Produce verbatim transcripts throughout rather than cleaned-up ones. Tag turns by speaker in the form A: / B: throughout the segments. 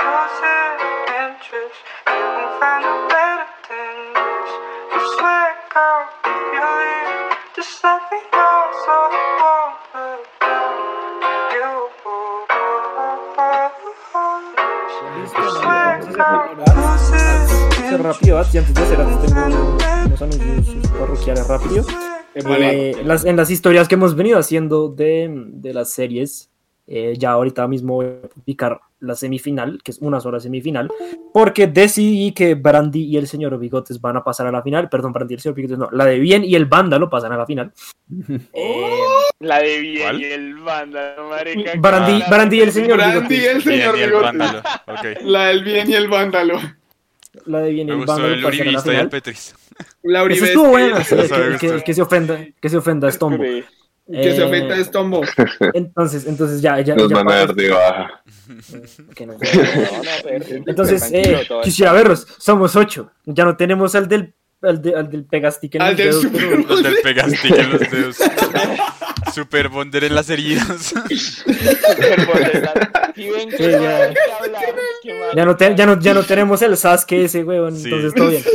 A: Rápido, y antes de hacer tengo unos anuncios parroquiales rápido. Eh, las, en las historias que hemos venido haciendo de, de las series, eh, ya ahorita mismo voy a publicar la semifinal, que es una sola semifinal, porque decidí que Brandy y el señor Bigotes van a pasar a la final. Perdón, Brandy y el señor Bigotes no, la de Bien y el Vándalo pasan a la final.
B: eh, la de Bien ¿cuál? Y el Vándalo, marica.
A: Brandy, Brandy y el señor
C: Brandy y el señor Bigotes. Okay. La del Bien y el Vándalo.
A: La de Bien y el Vándalo.
D: Me gustó el Uribista y el Petris.
A: La Eso estuvo bueno, sí, que, que, que se ofenda, que se ofenda a Stombo.
C: Que eh, se ofenda a Stombo.
A: Entonces, entonces ya, ya.
E: Nos
A: ya
E: van a dar de baja.
A: Okay, no, no, no, entonces, eh, quisiera verlos. Somos ocho. Ya no tenemos al del, al, de, al del Pegastic en
C: al
A: los
C: del
A: dedos.
C: Super
D: Pero... Al del Pegastic en los dedos. Super Bonder en las heridas.
B: Super Bonder. Sí, ya,
A: ya, no te, ya, no, ya no tenemos el Sasuke ese, weón. Sí. Entonces todo bien.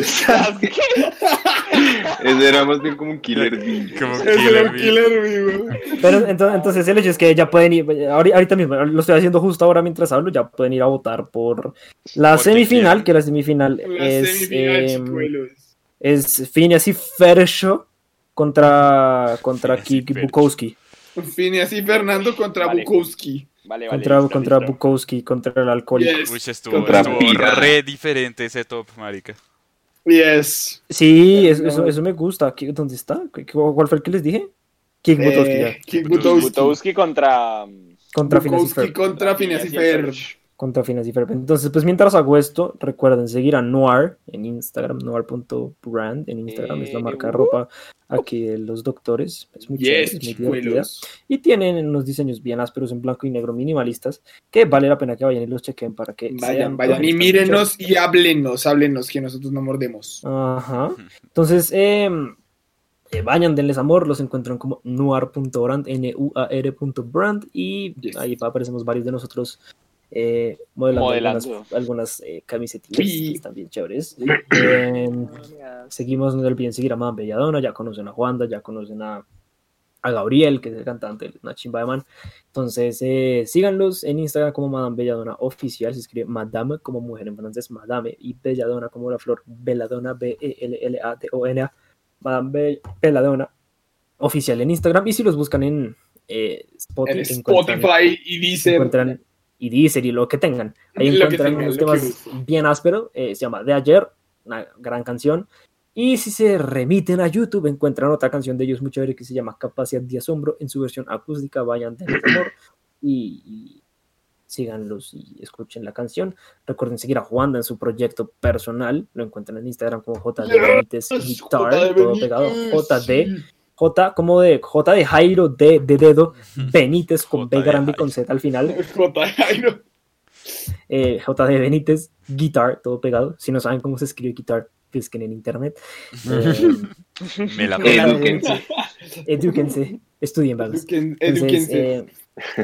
E: Ese era más bien como un Killer Bee.
D: Como
C: Ese era un Killer Bee, weón.
A: Pero entonces, entonces el hecho es que ya pueden ir. Ahorita mismo, lo estoy haciendo justo ahora mientras hablo. Ya pueden ir a votar por la Porque semifinal. Quieren. Que la semifinal
C: la
A: es.
C: Semifinal,
A: eh, es Phineas y Ferb contra, contra Kiki Bukowski.
C: Phineas y Fernando contra vale. Bukowski.
B: Vale, vale,
A: contra
B: listo,
A: contra
B: listo.
A: Bukowski, contra el alcohólico.
D: Yes. Uy, estuvo, estuvo re diferente ese top, marica.
C: Yes.
A: Sí, eso, eso, eso me gusta. ¿Dónde está? ¿Cuál fue el que les dije? Kik Butowski.
C: Eh, Kik Butowski.
B: Butowski contra...
A: Contra
C: Phineas y Ferb. Contra Phineas y Ferb.
A: Contra Phineas y Ferb. Entonces, pues mientras hago esto, recuerden seguir a Noir en Instagram, noir punto brand en Instagram, eh, es la marca de ropa aquí de los doctores. Es muy
C: yes,
A: chévere, es muy divertida. Y tienen unos diseños bien ásperos en blanco y negro minimalistas que vale la pena que vayan y los chequen para que
C: vayan, vayan y mírenos y háblenos, háblenos que nosotros no mordemos.
A: Ajá. Entonces, eh, eh, vayan, denles amor, los encuentran como noir punto brand, N U A R punto brand y yes. Ahí aparecemos varios de nosotros. Eh, modelando, modelando algunas, algunas eh, camisetas sí. Que están bien chéveres. Eh, seguimos, no olviden seguir a Madame Belladonna, ya conocen a Juanda, ya conocen a, a Gabriel, que es el cantante, una chimba de man. Entonces, eh, síganlos en Instagram como Madame Belladonna Oficial, se escribe Madame como mujer en francés, Madame, y Belladonna como la flor, Belladonna, B E L L A D O N A, Madame Belladonna Oficial en Instagram, y si los buscan en eh, Spotify,
C: en Spotify y dicen
A: encuentran y Deezer y lo que tengan. Ahí lo encuentran tengan, unos temas bien ásperos, eh, se llama De Ayer, una gran canción. Y si se remiten a YouTube, encuentran otra canción de ellos muy chévere que se llama Capacidad de Asombro en su versión acústica. Vayan, denles amor y, y síganlos y escuchen la canción. Recuerden seguir a Juanda en su proyecto personal. Lo encuentran en Instagram como J D Benítez Guitar, J D todo pegado, J D. J como de J de Jairo, D de dedo, Benítez con B grande y con Z al final.
C: J de Jairo.
A: Eh, J de Benítez, Guitar, todo pegado. Si no saben cómo se escribe guitar, busquen en internet. Eh,
D: Me la
E: Edúquense.
A: Edúquense. Estudien, vagos.
C: Edúquense.
A: Eh,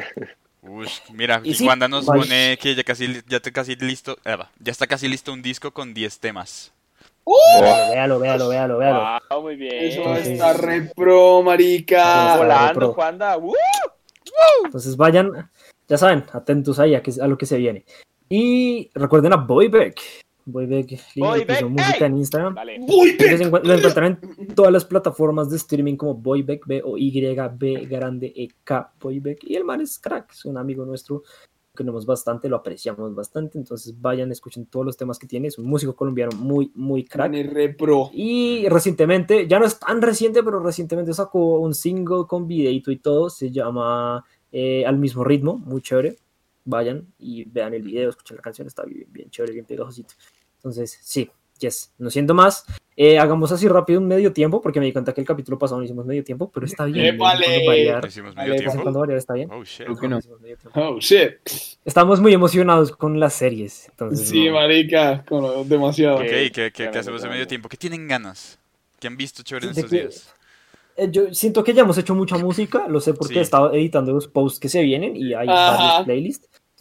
D: Uy, mira,
A: y sí,
D: Wanda nos
A: vale.
D: pone que ya casi, ya está casi listo, eh, ya está casi listo un disco con diez temas.
C: ¡Uh!
A: Véalo, véalo, véalo, véalo.
B: Wow, muy bien.
C: Eso Entonces, está re pro, marica.
B: Volando, Juanda. ¡Uh!
A: Entonces vayan, ya saben, atentos ahí a, que, a lo que se viene. Y recuerden a Boybeck. Boybeck,
B: Boybeck
A: música
B: hey.
A: En Instagram.
B: Vale.
A: Encuent- lo encontrarán en todas las plataformas de streaming como Boybeck, B O Y B grande E K, Boybeck. Y el man es crack, es un amigo nuestro. Queremos bastante, lo apreciamos bastante, entonces vayan, escuchen todos los temas que tiene, es un músico colombiano muy, muy crack.
C: Re pro.
A: Y recientemente, ya no es tan reciente, pero recientemente sacó un single con videito y todo, se llama eh, Al mismo ritmo, muy chévere. Vayan y vean el video, escuchen la canción, está bien, bien chévere, bien pegajosito. Entonces, sí, yes, no siento más. Eh, hagamos así rápido un medio tiempo, porque me di cuenta que el capítulo pasado no hicimos medio tiempo, pero está bien.
C: Eh, vale.
A: Variar.
D: Hicimos medio
C: Vale,
D: tiempo.
A: Cuando variar está bien.
D: Oh shit.
C: ¿Por qué no?
A: No
C: Oh shit.
A: Estamos muy emocionados con las series. Entonces,
C: Sí,
A: no.
C: marica, con, demasiado.
D: Ok,
B: Okay.
D: ¿qué, qué, qué hacemos en
B: Claro.
D: medio tiempo? ¿Qué tienen ganas? ¿Qué han visto chévere en
A: De
D: estos
A: que-
D: días?
A: eh, Yo siento que ya hemos hecho mucha música, lo sé porque
D: Sí.
A: he estado editando los posts que se vienen y hay
C: Ajá.
A: varios playlists.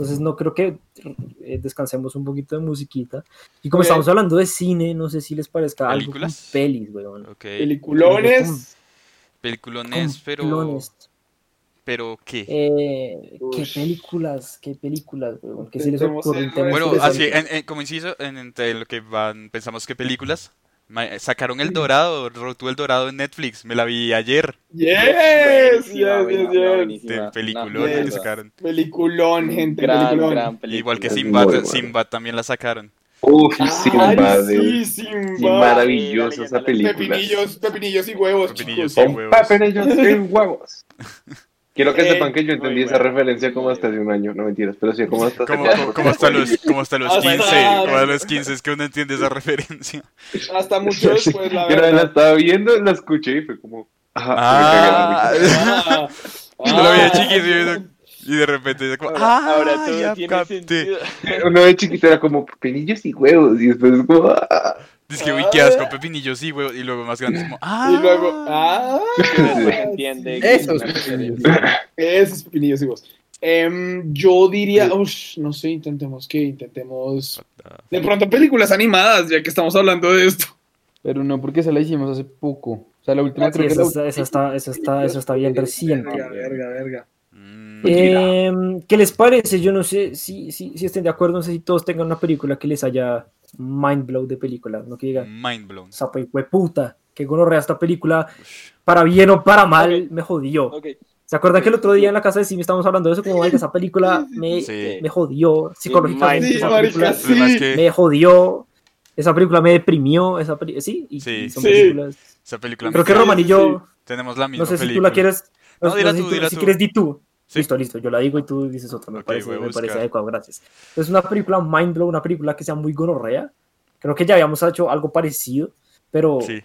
A: Entonces no creo que eh, descansemos un poquito de musiquita. Y como
C: Ok.
A: estamos hablando de cine, no sé si les parezca algo con
D: ¿Películas?
A: pelis, weón.
D: Ok.
C: Peliculones.
D: Peliculones,
A: Con
D: pero...
A: plones.
D: ¿Pero qué?
A: Eh, ¿Qué
C: Ush.
A: películas? ¿Qué películas, weón? ¿Qué se les
C: Intentemos
A: ocurre?
C: ser
A: Un tema
D: Bueno,
A: interesante.
D: así, en- en- como inciso, en, entre lo que van, pensamos que películas, ma- sacaron El Dorado, Rotu El Dorado en Netflix, me la vi ayer,
C: Yes,
B: Buenísima,
C: yes,
B: buenísima,
C: yes, yes.
B: buenísima.
D: de
B: No,
D: peliculón
C: yes.
D: que sacaron.
C: Peliculón, gente,
B: Gran,
C: peliculón.
B: gran película.
D: Igual que
E: Es
D: Sinbad,
E: muy bueno.
D: Sinbad también la sacaron.
E: Uf,
C: Ay,
E: Sinbad
C: sí,
E: es
C: Simba.
E: maravillosa
B: La
E: esa
B: leyenda de los
E: película.
C: Pepinillos, pepinillos y huevos,
D: Pepinillos
C: chicos.
D: y
E: Con
D: huevos.
E: pepinillos y huevos. Quiero que
C: Eh,
E: sepan que yo entendí
B: muy
E: esa
B: bueno,
E: referencia como
B: muy
E: hasta hace un año, no mentiras, pero sí como hasta hace
D: Como,
E: cuatro.
D: como, como hasta los, como hasta los
C: Hasta-
D: quince, como a los quince es que uno entiende esa referencia.
C: Hasta mucho después, la
E: Yo una vez la
C: verdad.
E: estaba viendo, la escuché y fue como... Ajá,
D: Ah.
E: me cagué de risa.
C: Ah,
D: Yo lo vi de
C: ah.
D: chiquito y de repente como,
B: Ahora,
D: ah,
B: ahora todo
D: ya
B: tiene
D: capté.
B: sentido.
E: Uno de chiquito era como pepinillos y huevos y después es como... ah.
D: Dice que, uy, qué asco, pepinillos y huevos, y luego más grande es como, ah.
C: Y luego, ah,
B: Después entiende que es
F: Esos
B: una
F: pepinillos.
B: referencia.
C: esos pepinillos y huevos. Em, yo diría, ush, no sé, intentemos que intentemos. De pronto películas animadas, ya que estamos hablando de esto.
F: Pero no, porque esa la hicimos hace poco. O sea, la última
A: Sí,
F: creo que
A: esa,
F: la
A: está, esa, está, esa, está, esa está bien reciente.
C: Verga, verga, verga.
D: Mm,
A: Eh, ¿Qué les parece? Yo no sé si, si, si estén de acuerdo, no sé si todos tengan una película que les haya mind blow de película, no que digan,
D: mind blown.
A: zapa y puta, que gonorrea esta película, para bien o para mal,
B: Ok.
A: me jodió.
B: Ok.
A: ¿Se acuerdan que el otro día en la casa de Simi estábamos hablando de eso? Como, "Marica, esa película me,
D: Sí.
A: me jodió psicológicamente,
C: Sí,
A: esa
C: marica,
A: película
C: sí.
D: Además que
A: me jodió, esa película me deprimió, esa peli- sí, y,
D: Sí.
A: y son
C: Sí.
A: películas.
D: esa película
A: Creo
D: me
A: que
C: Sí,
A: Roman y
C: sí,
A: yo,
D: tenemos la misma
A: no sé si tú
D: película.
A: la quieres,
D: No,
A: no,
D: dila
A: no sé
D: tú,
A: si, tú-
D: dila
A: si
D: tú.
A: quieres di tú.
D: Sí.
A: Listo, listo, yo la digo y tú dices otra, me
D: Ok,
A: parece,
D: voy a
A: me parece
D: buscar.
A: adecuado, gracias. Es una película mind blow, una película que sea muy gonorrea. Creo que ya habíamos hecho algo parecido, pero
D: Sí.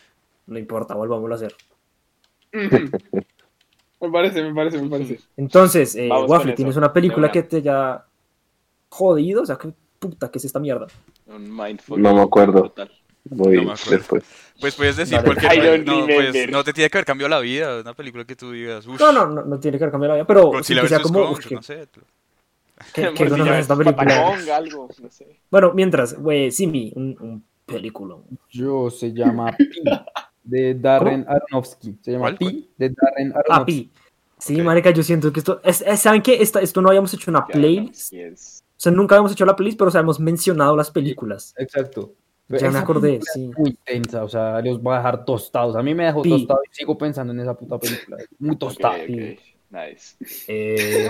A: no importa, volvámoslo a hacer.
C: Ujú. Me parece, me parece, me parece.
A: Entonces, eh,
B: Vamos con
A: Waffle,
B: eso,
A: ¿tienes una
B: de
A: película
B: una.
A: que te haya jodido? O sea, ¿qué puta que es esta mierda?
B: Un mindfuck.
E: No me acuerdo.
B: Total.
E: Voy
D: No me acuerdo.
E: después.
D: Pues puedes decir
A: Dale.
D: cualquier
B: I don't
D: no, pues,
B: remember.
D: no te tiene que haber cambiado la vida, una película que tú digas, uff,
A: No, no, no, no tiene que haber cambiado la vida, pero sí
D: Godzilla
A: que sea
D: versus
A: como,
D: Kong,
A: uf, que,
D: no sé.
A: que, que
B: Godzilla
A: gonorrea esta
B: versus
A: película.
B: Patacón, algo, no sé.
A: Bueno, mientras, güey, Simi, un, un película.
F: Yo se llama Pi, de Darren Aronofsky. Se llama
D: ¿Cuál?
F: Pi, de Darren
A: Ah,
F: Aronofsky.
A: Pi. Sí,
D: Ok.
A: marica, yo siento que esto, es, es- ¿saben qué? Esta, esto no habíamos hecho una playlist.
B: Yes.
A: O sea, nunca habíamos hecho la playlist, pero o sea, hemos mencionado las películas.
F: Exacto.
A: Ya me
F: Esa
A: acordé,
F: película
A: sí.
F: es muy tensa, o sea, los va a dejar tostados. A mí me dejó
A: Pi.
F: tostado y sigo pensando en esa puta película. Muy
B: Ok,
F: tostado.
B: ok.
A: Sí.
B: Nice.
A: Eh,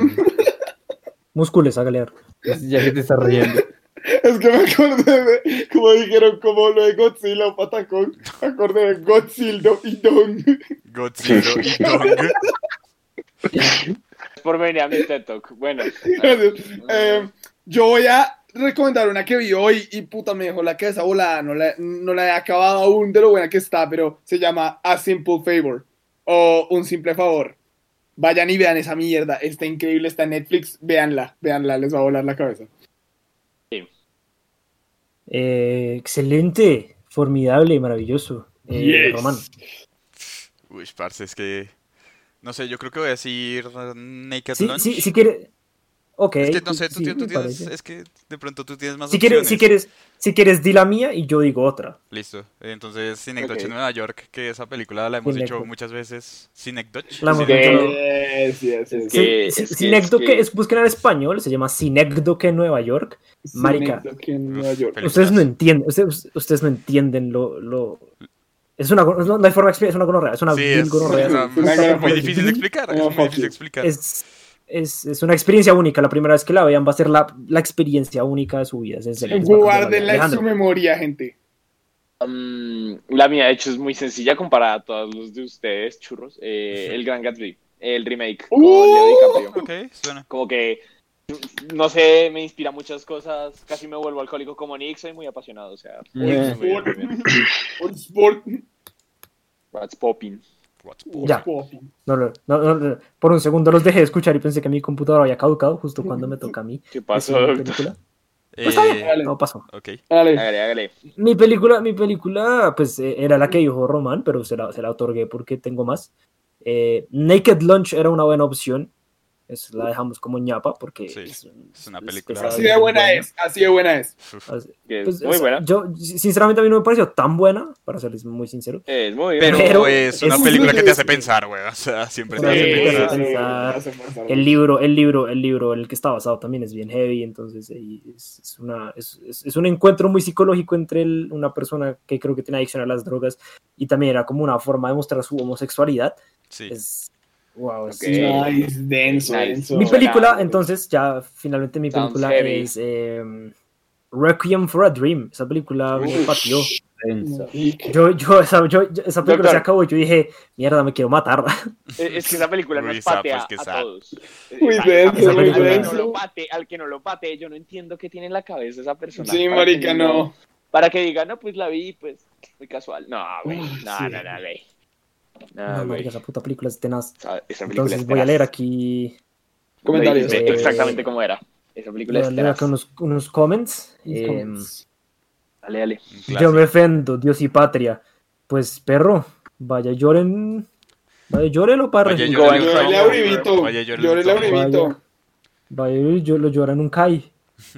A: múscules, hágale. a ver.
F: Ya que te estás riendo.
C: Es que me acordé de, como dijeron, como lo de Godzilla o Patacón, me acordé de Godzilla y Dong.
D: Godzilla y Kong.
B: Por venir a mi TED Talk. Bueno.
C: Gracias. Eh, yo voy a recomendar una que vi hoy y puta me dejó la cabeza volada, no la, no la he acabado aún de lo buena que está, pero se llama A Simple Favor o Un Simple Favor. Vayan y vean esa mierda, está increíble, está en Netflix, véanla, véanla, les va a volar la cabeza.
A: Eh, excelente, formidable, maravilloso. Eh,
C: Yes.
A: Román.
D: Uy, parce, es que, no sé, yo creo que voy a decir uh, Naked
A: Sí,
D: Lunch.
A: sí, si quieres. Ok.
D: Es que no sé, tú,
A: sí,
D: tienes, tú
A: me
D: tienes,
A: parece.
D: es que de pronto tú tienes más
A: Si
D: opciones.
A: quieres, si quieres, si quieres, di la mía y yo digo otra.
D: Listo. Entonces, Synecdoche
B: Ok.
D: en Nueva York, que esa película la hemos
A: Synecdoche.
D: dicho muchas veces. Synecdoche.
A: La hemos
D: Synecdoche.
A: dicho.
C: Yes, yes, yes.
B: Es que-
A: Sí,
B: es
A: sí,
B: que-
A: Synecdoche,
B: es que-
A: es- busquen en español, se llama Synecdoche en Nueva York. Marica.
C: Que en Nueva York.
D: Películas.
A: Ustedes no entienden, ustedes, ustedes no entienden lo, lo... Es una, no, no hay forma de explicar, es una gonorrea, es una
D: Sí,
A: vil
D: es,
A: gonorrea.
D: es una-
C: Sí, sí,
D: es muy
C: sí.
D: difícil de explicar. Es
C: No,
D: muy
C: fuck
D: difícil de
C: you.
D: explicar.
A: Es, es, es una experiencia única, la primera vez que la vean va a ser la, la experiencia única de su vida. Es en serio, les va a cambiar la vida.
C: Guárdenla en su
A: Alejandro.
C: memoria, gente.
B: Um, la mía, de hecho, es muy sencilla comparada a todos los de ustedes, churros. Eh, el Gran Gatsby, el remake con
C: ¡Uh!
B: Leo DiCaprio.
D: Ok, suena.
B: Como que, no sé, me inspira muchas cosas. Casi me vuelvo alcohólico como Nick, soy muy apasionado. O sea,
F: Eh.
B: muy bien, muy bien.
C: Por sport.
B: What's popping?
D: What's
A: Ya.
C: Popping.
A: No, no, no, no, no. Por un segundo los dejé de escuchar y pensé que mi computadora había caducado justo cuando me toca a mí.
B: ¿Qué pasó,
A: decir mi
B: doctor?
A: película.
D: Eh,
A: Pues está bien,
C: Dale.
A: no pasó.
D: ok.
C: Dale.
B: Hágale, hágale.
A: Mi película, mi película, pues eh, era la que dijo Román, pero se la, se la otorgué porque tengo más. Eh, Naked Lunch era una buena opción. es, la dejamos como ñapa porque
D: Sí,
A: es,
D: es una
A: es
D: película.
A: pesada,
C: Así de buena es, así de buena es.
D: Uf.
A: Así-
B: Que es
A: pues,
B: muy
A: o sea,
B: buena.
A: Yo, sinceramente, a mí no me pareció tan buena, para serles muy sincero.
B: Es muy
D: Pero,
A: Pero
D: es una
A: es-
D: película que te hace
C: sí.
D: pensar, güey. O sea, siempre te
A: Sí,
D: hace
A: sí,
D: pensar.
A: sí. pensar.
C: hace pensar
A: El
C: mucho.
A: libro, el libro, el libro en el que está basado también es bien heavy, entonces ahí es, es una, es, es- es un encuentro muy psicológico entre el- una persona que creo que tiene adicción a las drogas y también era como una forma de mostrar su homosexualidad.
D: Sí.
A: Es, wow, es
B: Ok.
A: chévere.
C: Nice, denso,
B: Nice.
C: denso.
A: Mi
B: Suena
A: película,
B: algo.
A: entonces, ya finalmente mi
B: Sounds
A: película
B: heavy.
A: es eh, Requiem for a Dream. Esa película me
B: Uf.
A: pateó.
F: Densa.
A: Yo, yo, esa, yo, yo- esa película
B: Doctor.
A: se acabó y yo dije, mierda, me quiero matar.
B: Es es que esa película
D: Uy,
B: nos
D: sad,
B: patea
D: pues, que
B: a
D: sad.
B: todos.
C: Muy
B: Esa-
C: denso,
B: esa
A: muy
B: película, al que
C: denso.
B: no lo patee, al que no lo patee, yo no entiendo qué tiene en la cabeza esa persona.
C: Sí,
B: Para
C: marica,
B: que
C: no.
B: Para que diga, no, pues la vi, pues, muy casual. No, güey,
C: Uy,
B: no,
C: sí.
B: no, no, güey.
A: No,
B: No, güey.
A: marica, esa puta película es tenaz.
B: Esa- esa película
A: Entonces
B: es
A: voy a
B: tenaz.
A: leer aquí,
B: Lo
C: Comentarios.
B: dijiste
A: Eh,
B: exactamente como era. Esa película
A: voy a
B: es
A: leer
B: tenaz.
A: acá unos, unos comments.
C: Los
A: Eh,
C: comments.
B: Dale, dale.
D: Un
A: yo
D: clásico.
A: me ofendo, Dios y patria. Pues, perro, vaya lloren. Vaya llórelo, parre.
D: Vaya,
B: Go
D: llórele
B: and
D: un
C: Llórale
B: Yo-
C: a
D: tomo.
C: Uribito.
D: Vaya, llórele un
C: Llórale a
D: tomo.
C: Uribito.
A: Vaya, yo lo lloran un Kai.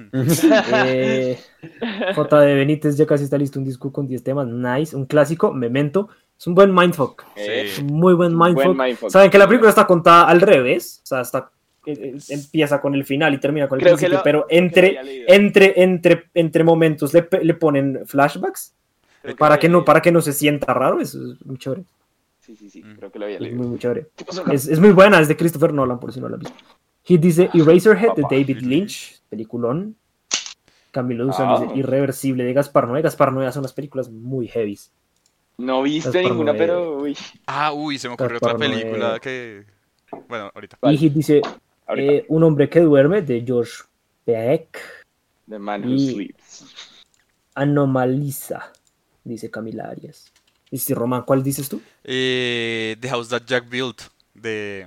A: Eh, J de Benítez ya casi está listo, un disco con diez temas. Nice, un clásico, Memento. Es un buen mindfuck.
B: Eh,
A: Es
D: Sí.
A: un muy buen
B: Un buen
A: mindfuck.
B: mindfuck.
A: Saben que la película está contada al revés. O sea, está, eh, eh, empieza con el final y termina con el
B: Creo que
A: principio.
B: lo-
A: pero
B: creo que lo
A: entre,
B: había leído.
A: entre, entre, entre momentos le, pe- le ponen flashbacks
B: Creo
A: para
B: lo
A: que,
B: había
A: no,
B: leído.
A: para que no se sienta raro. Eso es muy chévere.
B: Sí, sí, sí,
D: Mm.
B: creo que lo había
A: Es
B: leído.
A: muy, muy chévere.
B: ¿Qué pasó?
A: Es, es muy buena, es de Christopher Nolan, por si no la han visto. He dice Eraserhead de
B: Papá.
A: David Lynch, peliculón. Camilo Duzán
B: Ah.
A: dice Irreversible de Gaspar Noé. Gaspar Noé son las películas muy heavies.
B: No viste
A: Gaspar
B: ninguna,
A: Noé.
B: pero uy.
D: Ah, uy, se me ocurrió
A: Gaspar
D: otra
A: Noé.
D: película que... Bueno, ahorita.
B: ¿Cuál?
A: Y he dice
B: Ahorita.
A: eh, Un hombre que duerme de George Beck.
B: The Man Who
A: y-
B: Sleeps.
A: Anomaliza, dice Camila Arias. Dice Román, ¿cuál dices tú?
D: Eh, The House That Jack Built, de...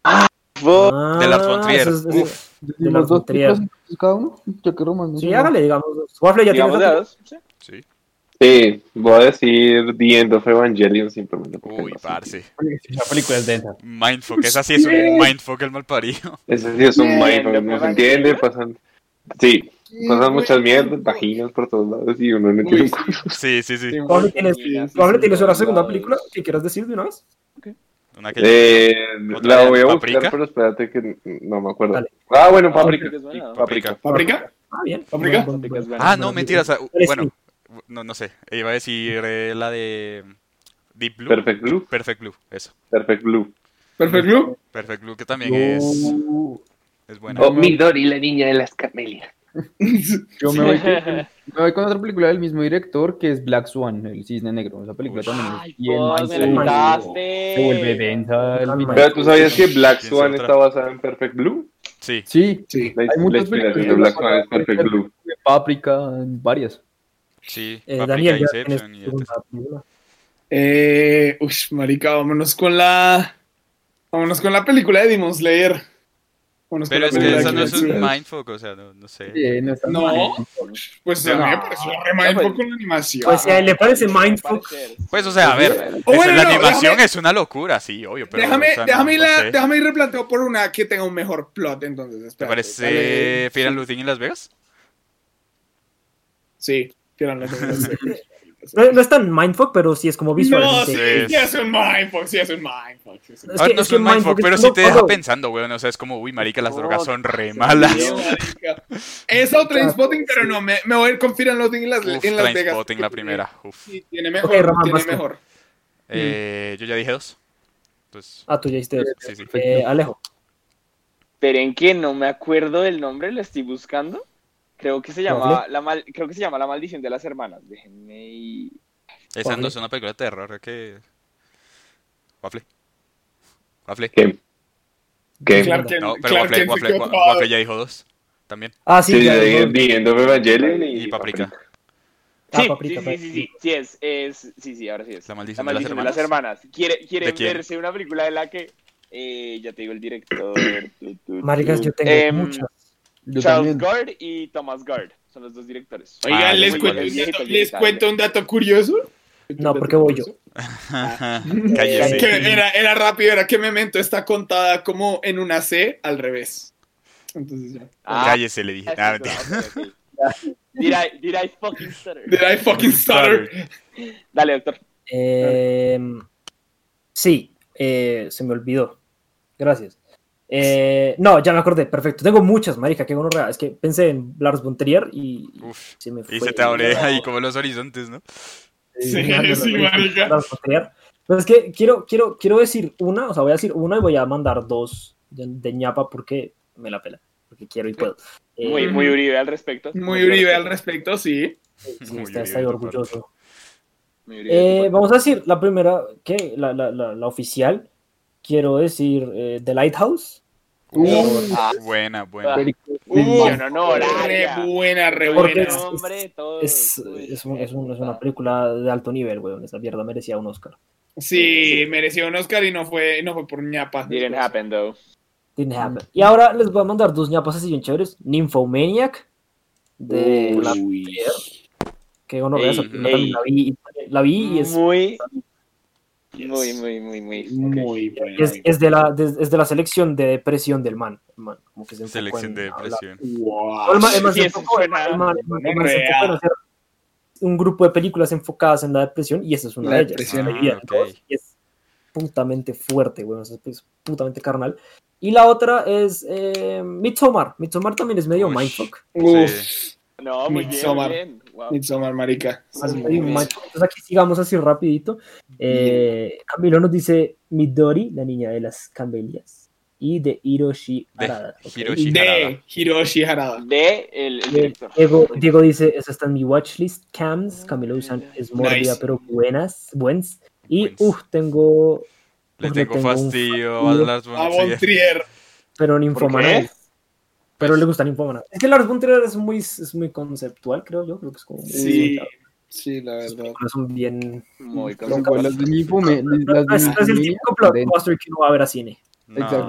A: Ah,
D: de Lars von Trier.
A: eso es-
D: Uf.
A: de
F: ¿Decimos
A: Lars
F: dos
A: von Trier.
F: películas entonces cada uno? Ya que Román
A: Sí,
F: mencionó.
A: hágale, digamos. Waffle ya tiene
B: Digamos
A: esa
B: de
A: película?
B: dos. Sí.
D: Sí.
E: Sí, voy a decir The End of Evangelion simplemente porque
D: Uy,
E: no sé.
D: parce.
F: La película es densa.
D: Mindfuck, esa sí es un mindfuck el malparido.
E: Ese sí es un
B: Bien,
E: mindfuck,
B: ¿lo
E: no se
B: prueban
E: entiende,
B: en
E: pasan... Sí, pasan muchas mierdas,
C: Uy,
E: vaginas por todos lados y uno no entiende un culo.
D: Sí, sí, sí.
A: Waffle, ¿tienes,
C: Sí, sí,
A: Waffle,
C: sí,
A: ¿tienes una
C: todos
A: segunda
C: lados.
A: película que quieras decir de una vez?
D: Una que
E: Eh,
D: ¿Otra
E: la
D: de
E: voy a buscar,
D: Paprika?
E: pero espérate que no me acuerdo.
A: Dale.
E: Ah, bueno,
B: Ah,
E: Paprika.
B: Paprika es buena.
E: Paprika.
C: ¿Paprika?
A: Ah, bien.
C: ¿Paprika?
A: Buen- buen-
B: Paprika es
A: buen-
B: buena.
D: Ah, no,
A: buena
D: mentira, o sea,
A: película. Eres
D: bueno,
A: tú.
D: no, no sé, iba a decir eh, la de Deep Blue.
E: Perfect Blue.
D: Perfect Blue, eso.
E: Perfect Blue.
C: Perfect Blue.
D: Perfect Blue, que también es,
F: Yo,
D: es buena.
E: Oh, Midori, la niña de las camelias.
F: yo me, voy con, me voy con otra película del mismo director que es Black Swan, el cisne negro. Esa película
D: Uy.
F: también
B: Ay,
F: es bien
B: vos me la
A: mindfuck.
B: quitaste.
F: Se vuelve densa el
A: Calma.
F: final.
E: Pero tú sabías que Black
D: ¿Quién
E: Swan
D: sabe
E: está
D: otra?
E: basada en Perfect Blue.
D: Sí,
F: Sí,
C: Sí.
E: La,
F: hay
E: la
F: muchas
E: inspiración
F: películas
E: de Black Swan es Perfect Blue.
F: Páprica, varias.
D: sí.
A: Eh,
D: Paprika,
A: Daniel, ya
D: Inception
A: tienes
D: y
A: segunda
D: etcétera.
A: película.
C: Eh, uy, marica, vámonos con la... Vámonos con la película de Demon Slayer. Vámonos
D: Pero es
C: con la
D: que
C: película
D: esa
C: de
D: no es un
C: Kimetsu.
D: mindfuck, o sea, no, no sé.
F: Sí, no está
C: No.
F: mal.
C: Pues
D: No.
C: a mí me pareció re mindfuck con la animación.
A: Pues si a él le parece
B: Puede
A: mindfuck,
B: parecer.
D: Pues, o sea, a ver,
C: O
D: eso,
C: bueno,
D: la
C: no,
D: animación
C: déjame-
D: es una locura, sí, obvio, pero...
C: déjame,
D: o sea, no-
C: déjame,
D: no
C: la,
D: sé.
C: déjame ir replanteo por una que tenga un mejor plot, entonces.
D: ¿Te
C: espérate,
D: parece
C: dale.
D: Fear and Loathing en Las Vegas?
C: Sí, Fear and Loathing.
A: no, no es tan mindfuck, pero sí es como
C: No,
A: visualmente.
C: sí,
D: Sí.
C: sí es un mindfuck, sí es un mindfuck. Sí es un
A: Es
D: A ver,
A: que-
D: no
A: es
D: es un
A: que
D: mindfuck,
A: mindfuck es
D: pero sí
A: como
D: te deja
A: cuando-
D: pensando, weón, o sea, es como, uy, marica, las
B: No,
D: drogas son re
B: sí,
D: malas.
C: Sí, marica. Es Trainspotting, pero no, me, me voy a ir con Fear and Loathing en Las,
D: Uf,
C: en las Vegas.
D: Trainspotting la primera, uf.
C: Sí, tiene mejor,
A: Ok, Román,
C: tiene
A: vas tú.
C: mejor.
D: Eh, yo ya dije dos. Entonces,
A: Ah, tú ya hiciste dos.
D: sí, sí.
A: Eh, Alejo.
B: Esperen que no me acuerdo del nombre, lo estoy buscando. Creo que se llama
A: Vale.
B: la mal, creo que se llama La Maldición de las Hermanas. Déjenme y...
D: Esa
A: Waffle.
D: no es una película de terror, que... Waffle. Waffle.
E: ¿Qué? ¿Qué?
C: Clark Kent-
D: No, pero
C: Clark
D: Waffle,
C: Kent se
D: Waffle,
C: quedó
D: Wa-
C: trabado.
D: Waffle ya dijo dos. También.
A: Ah, sí,
E: Sí,
A: ya.
E: de
A: no.
E: The End of Evangelion y,
D: Y Paprika.
A: Ah,
B: Sí,
A: Paprika,
B: sí, sí, sí, sí, sí, es, es, sí, sí, ahora sí es.
D: La maldición,
B: La
D: de,
B: Maldición
D: las
B: de las
D: hermanas.
B: Hermanas. Quiere,
D: ¿De
B: quieren
D: quién?
B: verse una película de la que, eh, ya te digo el director. tu, tu,
A: Maricas,
B: tu.
A: yo tengo
B: Em,
A: muchas.
F: Yo
B: Charles
F: también.
B: Gard y Thomas Gard son los dos directores.
C: Oigan,
D: Ah,
C: les,
D: ya sé
C: cuento
D: cuál
C: un
D: es.
C: dato,
B: Viejito,
C: les
B: viejito,
C: cuento un dato curioso.
A: No, porque voy yo.
D: Cállese.
C: Que era, era rápido, era que Memento está contada como en una C al revés. Entonces ya.
B: Ah,
D: Cállese, le dije. Ah,
B: eso,
D: mentira.
B: ok, ok. Did I, did I fucking stutter?
C: Did I fucking stutter?
B: Dale, doctor.
A: Eh, sí, eh, se me olvidó. Gracias. Eh, no, ya me acordé, perfecto. Tengo muchas, marica, qué gonorrea. Es que pensé en Lars von Trier y
D: Uf,
A: se me fue.
D: y se te abre ahí como los horizontes, ¿no?
C: Sí,
A: no, no,
C: sí,
A: no,
C: marica.
A: Lars von Trier. Pero es que quiero, quiero, quiero decir una, o sea, voy a decir una y voy a mandar dos de, de ñapa porque me la pela, porque quiero y puedo. Eh,
B: Muy, muy Uribe al respecto.
C: Muy Uribe al respecto, sí.
A: sí,
D: Muy
A: está, está
D: Uribe
A: ahí
D: de tu
A: orgulloso.
B: Muy Uribe,
A: Eh,
B: tu parte.
A: vamos a decir la primera, que la, la, la, la oficial. Quiero decir eh, The Lighthouse.
F: Uh,
B: Ah,
D: Buena, buena.
F: película
C: Uh,
B: mención
C: re
B: honoraria.
C: buena, re
A: Porque
C: buena.
A: es,
B: Nombre, todo.
A: es,
B: Uy,
A: es, un- es, un- es una
B: puta.
A: película de alto nivel, weón. Esa mierda merecía un Oscar.
C: Sí, mereció un Oscar y no fue, no fue por ñapa.
B: Didn't happen, though.
A: Didn't happen. Y ahora les voy a mandar dos ñapas así bien chéveres. Nymphomaniac, de la
C: Uy.
A: que gonorrea, esa
B: Ey,
A: película también
B: ey.
A: la vi, y- la vi y es,
B: Muy, muy, muy, muy, muy.
C: Muy
B: ok.
C: buena.
A: es, es de la, de- es de la selección de depresión del man. El man, como que se enfocó
D: Selección
A: en
D: de
A: hablar.
D: depresión.
C: Wow.
A: El man- el man
B: Sí,
A: se
B: eso
A: enfocó- el
B: suena-
A: man- el man- el man- el man se
C: Gonorrea.
A: enfocó en hacer un grupo de películas enfocadas en la depresión y esa es una
C: La
A: de ellas.
C: depresión.
A: La dividida en
D: Ah, ok.
A: dos, y es putamente fuerte, bueno, es, es putamente carnal. Y la otra es eh, Midsommar. Midsommar también es medio
D: Ush.
A: mindfuck.
C: Uf.
B: No, muy bien, muy
C: Midsommar.
B: bien. Wow.
C: Midsommar, marica.
A: Más
B: Sí,
A: medio
B: sí.
A: mindfuck. Entonces aquí sigamos así rapidito. Eh, Camilo nos dice Midori, la niña de las camelias. Y de Hiroshi
D: De
A: Harada. ok.
D: Hiroshi. Harada.
C: De Hiroshi Harada.
B: De el, el
A: Eh,
B: director.
A: Diego, Diego dice, esa está en mi watchlist. Cams, Camilo Usan es mórbida,
C: Nice.
A: pero buenas, buenas. Y,
D: Buens.
A: uff, tengo...
D: Le
A: uf,
D: tengo
A: un
D: fastidio a
A: fastidio,
D: Lars
C: A
D: von
C: Von
D: Trier.
C: Trier.
A: pero ninfómana
B: qué?
A: es. Pero le gusta ninfómana. Es que Lars von Trier es muy, es muy conceptual, creo yo. Creo que es como...
C: Sí, sí, la
A: Sus
C: verdad.
A: películas son bien...
B: Muy
F: Pero
B: conceptual.
F: igual las de Nymphome-
A: No,
F: las
A: no es,
F: de
A: no es el
F: Nymphomaniac
A: típico
F: son densas,
A: blockbuster que uno va a ver a cine.
D: No.
F: Exacto.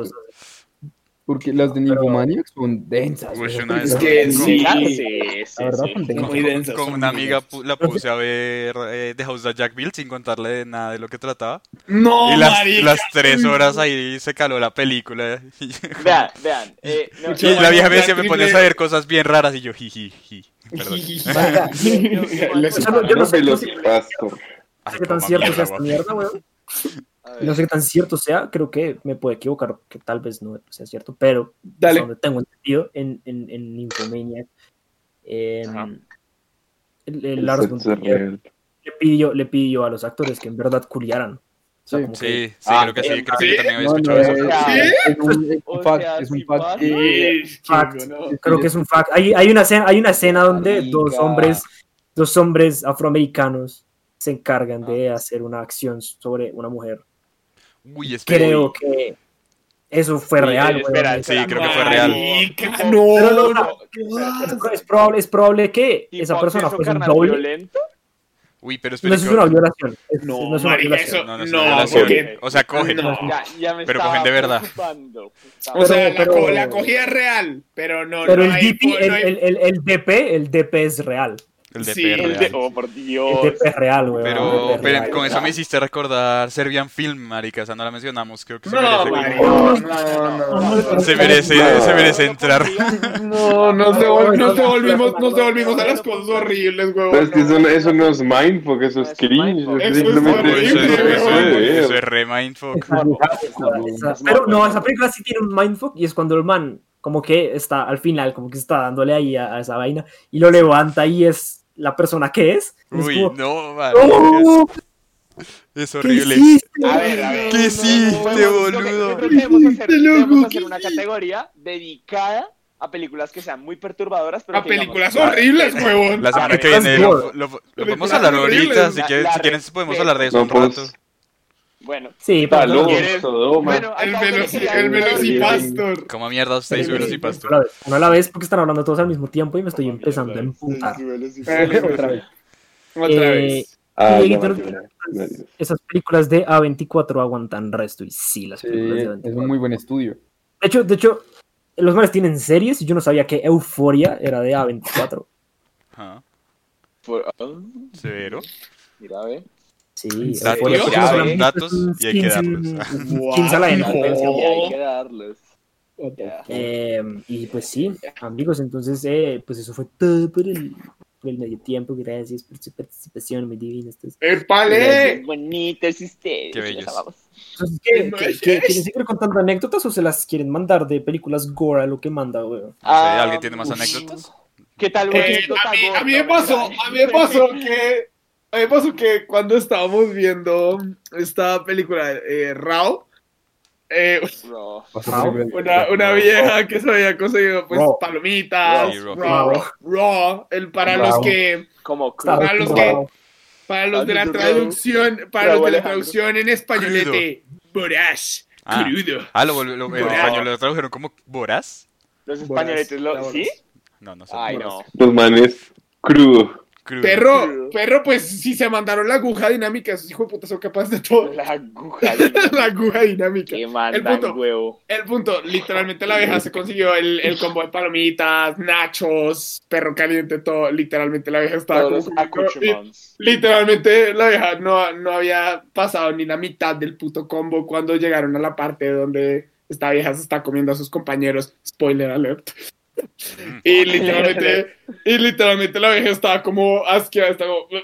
F: Porque las de Nymphomaniac son densas.
D: Uy,
F: güey.
D: una
C: Es
D: vez
C: que
D: con-
C: sí.
B: Ah, sí, sí,
A: La verdad,
B: sí.
A: son
C: Son
A: densas.
C: muy densas.
D: Con
C: son
D: una
C: muy
D: amiga
C: densas.
D: pu- la puse a ver eh, The House of Jack Bill sin contarle nada de lo que trataba.
C: No,
D: y las,
C: marica.
D: las tres horas ahí se caló la película. Y,
B: Vean, vean. Eh, no,
C: Mucho
D: y
B: no,
D: la vieja me
C: ya
D: decía, me
C: triple-
D: pones a ver cosas bien raras y yo, jiji, ji. Perdón.
A: Marica,
C: Les-
A: Yo no- yo no sé- no sé-
E: Velocipastor.
A: no
D: Ay,
A: sé qué tan
D: coma
A: cierto sea
D: mierda,
A: esta
D: guapi.
A: mierda, weón.
B: a
A: Y
B: ver.
A: no sé qué tan cierto sea, creo que me puedo equivocar, que tal vez no sea cierto, pero
C: Dale.
A: hasta donde tengo entendido, en, en, en Nymphomaniac, eh,
B: Ajá.
A: el, el
E: El
A: Lars von
E: sexo
A: Trier
E: real.
A: le pidió, le pidió a los actores que en verdad culiaran. O sea,
F: Sí.
A: como que-
D: Sí, sí,
B: Ah,
D: creo que sí,
B: eh,
D: creo que
C: ¿sí?
D: yo también había
F: No, no,
D: escuchado
F: es,
D: eso.
B: ¿Sí?
F: es un, es
B: O
F: un fact,
B: sea,
F: es un
B: sí
F: fact
B: pasa.
F: que
C: Sí,
A: fact,
C: chingo, ¿no?
A: creo que es un fact. Hay, hay, una escena, hay una escena donde
E: Marica.
A: dos hombres, dos hombres afroamericanos se encargan de hacer una acción sobre una mujer.
D: Uy, espera.
A: Creo que eso fue
B: Sí,
A: real,
B: eh, espera,
A: weón.
D: Sí, creo que fue real.
C: Marica,
B: Tipo-
C: no,
A: Pero no,
C: no.
A: Es, pro- es probable, es probable que
B: Tipo,
A: esa persona
B: acceso
A: fuese un
B: carnal
A: doble.
B: violento.
D: Uy, pero
A: No,
D: espera.
A: eso es una violación. Es-
C: No,
A: no es una
C: marica,
A: violación.
C: eso-
D: No, no es
C: no,
D: una violación.
C: porque-
D: O sea, cogen.
C: No.
B: Ya, ya me
D: Pero
B: estaba
D: cogen de verdad.
B: preocupando.
C: O sea,
A: Pero-
C: la, co-
A: pero-
C: la cogida es real, pero no,
A: Pero
C: no
A: el
C: hay,
A: D P,
C: no
A: el,
C: hay-
A: el, el, el D P, el D P es real.
D: El de
C: Sí,
D: P
C: el
D: R.
B: El de- oh, por Dios.
A: El D P es real, weón.
D: Pero,
A: El D P es
D: pero
A: real.
D: con eso me hiciste recordar Serbian Film, marica. O sea, no la mencionamos. Creo que se
C: No,
D: merece.
C: marica,
D: como-
C: no, no, no.
D: Se merece,
E: No.
D: se merece entrar.
C: No, nos, devol- nos devolvimos, nos devolvimos a las cosas horribles,
E: Pero
C: huevón.
E: es que eso, no- eso no es mindfuck, eso es
B: Eso es
E: cringe.
B: mindfuck.
E: Eso
C: Eso es
E: simplemente
D: Uy, eso, es,
C: horrible,
D: eso, es-
E: de
D: eso
E: ver.
D: es re mindfuck.
A: Esa- pero no, esa película sí tiene un mindfuck y es cuando el man como que está al final, como que está dándole ahí a, a esa vaina y lo levanta y es la persona que es. Y es
D: Uy,
A: como,
D: no, man.
A: ¡Oh!
D: Es
A: ¿Qué
D: horrible.
A: hiciste?
B: A ver, a ver.
D: ¿Qué hiciste,
B: Podemos- yo creo que-
D: boludo?
B: Yo creo que debemos hacer,
C: Qué loco,
B: debemos hacer
C: ¿qué
B: una
C: hiciste?
B: categoría dedicada a películas que sean muy perturbadoras, pero
C: A
B: que digamos,
C: películas
B: ah,
C: horribles, huevón.
D: La semana
B: Claro,
D: que viene
A: es
D: lo,
A: gore.
D: lo- lo
C: Películas
D: podemos hablar ahorita.
C: horribles.
D: Si, quieren,
B: La-
D: si
B: la
D: quieren, podemos hablar de eso
E: No,
D: un
E: pues,
D: rato.
B: Bueno,
A: Sí, pero
E: Salud,
B: ¿quieres?
E: Sodoma.
B: Bueno,
C: El,
B: acabo de
C: veloci-
B: decir
C: el
B: algo.
C: velocipastor.
D: ¿Cómo mierda usted y su
A: uno
D: velocipasto?
A: a la vez, uno a la vez porque están hablando todos al mismo tiempo y me estoy empezando a emputar.
C: Otra vez. Otra
A: Eh,
C: vez.
E: Ah,
A: y
E: ya,
A: Dieguito,
E: ya, ya, ya.
A: esas películas de A veinticuatro aguantan resto y sí, las
F: Sí,
A: películas de
F: es
A: A
F: un
A: veinticuatro.
F: muy buen estudio.
A: De hecho, de hecho, los manes tienen series y yo no sabía que Euforia era de A veinticuatro.
D: Ajá.
B: Por- ah,
D: Severo.
B: mira, ve.
A: Sí,
D: Datos,
A: fue- fue
B: ya
A: como
B: ves.
D: datos y hay que
A: skins en-
D: darlos.
A: skins a la
C: Wow.
A: N F L, ¿cierto?
B: Y hay que darlos.
C: What the
B: Ya.
C: fuck?
A: Eh, y pues sí, amigos, entonces, eh, pues eso fue todo por el, por el medio tiempo. Gracias por su participación, muy divina. Entonces,
C: ¡Épale!
B: Bonitos ustedes.
D: Qué bellos.
B: los amamos.
A: entonces, ¿qué, qué- qué- ¿quieren seguir contando anécdotas o se las quieren mandar de películas gore a lo que manda, güey?
D: No sé,
B: Ah,
D: ¿alguien tiene más
B: uf.
D: anécdotas?
B: ¿Qué tal?
C: Eh,
B: anécdota
C: a, mí, a mí me
B: gorda,
C: pasó,
B: ¿verdad?
C: a mí me pasó que, a mí me pasó que cuando estábamos viendo esta película, eh, Raw, eh,
B: Bro.
C: una, una vieja que se había conseguido pues
A: Raw.
C: palomitas,
D: Sí, Raw.
C: Raw, Raw, el, para
F: Raw.
C: los que,
B: Como
A: Estaba
C: Para los
A: acostumbrado.
C: para los de la
B: Raw.
C: traducción, para
B: Raw
C: los de la
B: Alejandro.
C: traducción en españolete, voraz,
D: Ah.
C: crudo.
D: Ah, lo, volvió- lo- en
C: Voraz.
D: español lo tradujeron como voraz.
B: los
C: Voraz,
B: españoletes,
C: la
B: lo,
C: voraz.
B: ¿sí?
D: No, no sé.
B: Ay,
C: Voraz.
B: no.
E: Los manes crudo.
D: Crudo.
C: Perro, perro, pues si se mandaron la aguja dinámica, esos hijos de puta son capaces de todo.
B: La aguja. dinámica.
C: La aguja dinámica.
B: Que
C: El
B: mandan
C: punto.
B: huevo.
C: El punto, literalmente la vieja se consiguió el, el combo de palomitas, nachos, perro caliente, todo. Literalmente la vieja estaba
B: Todos
C: como
B: los
C: comiendo-
B: accoutrements.
C: y Literalmente la vieja no, no había pasado ni la mitad del puto combo cuando llegaron a la parte donde esta vieja se está comiendo a sus compañeros. Spoiler alert.
D: Mm.
C: Y literalmente, y literalmente la vieja estaba como asqueada, estaba como...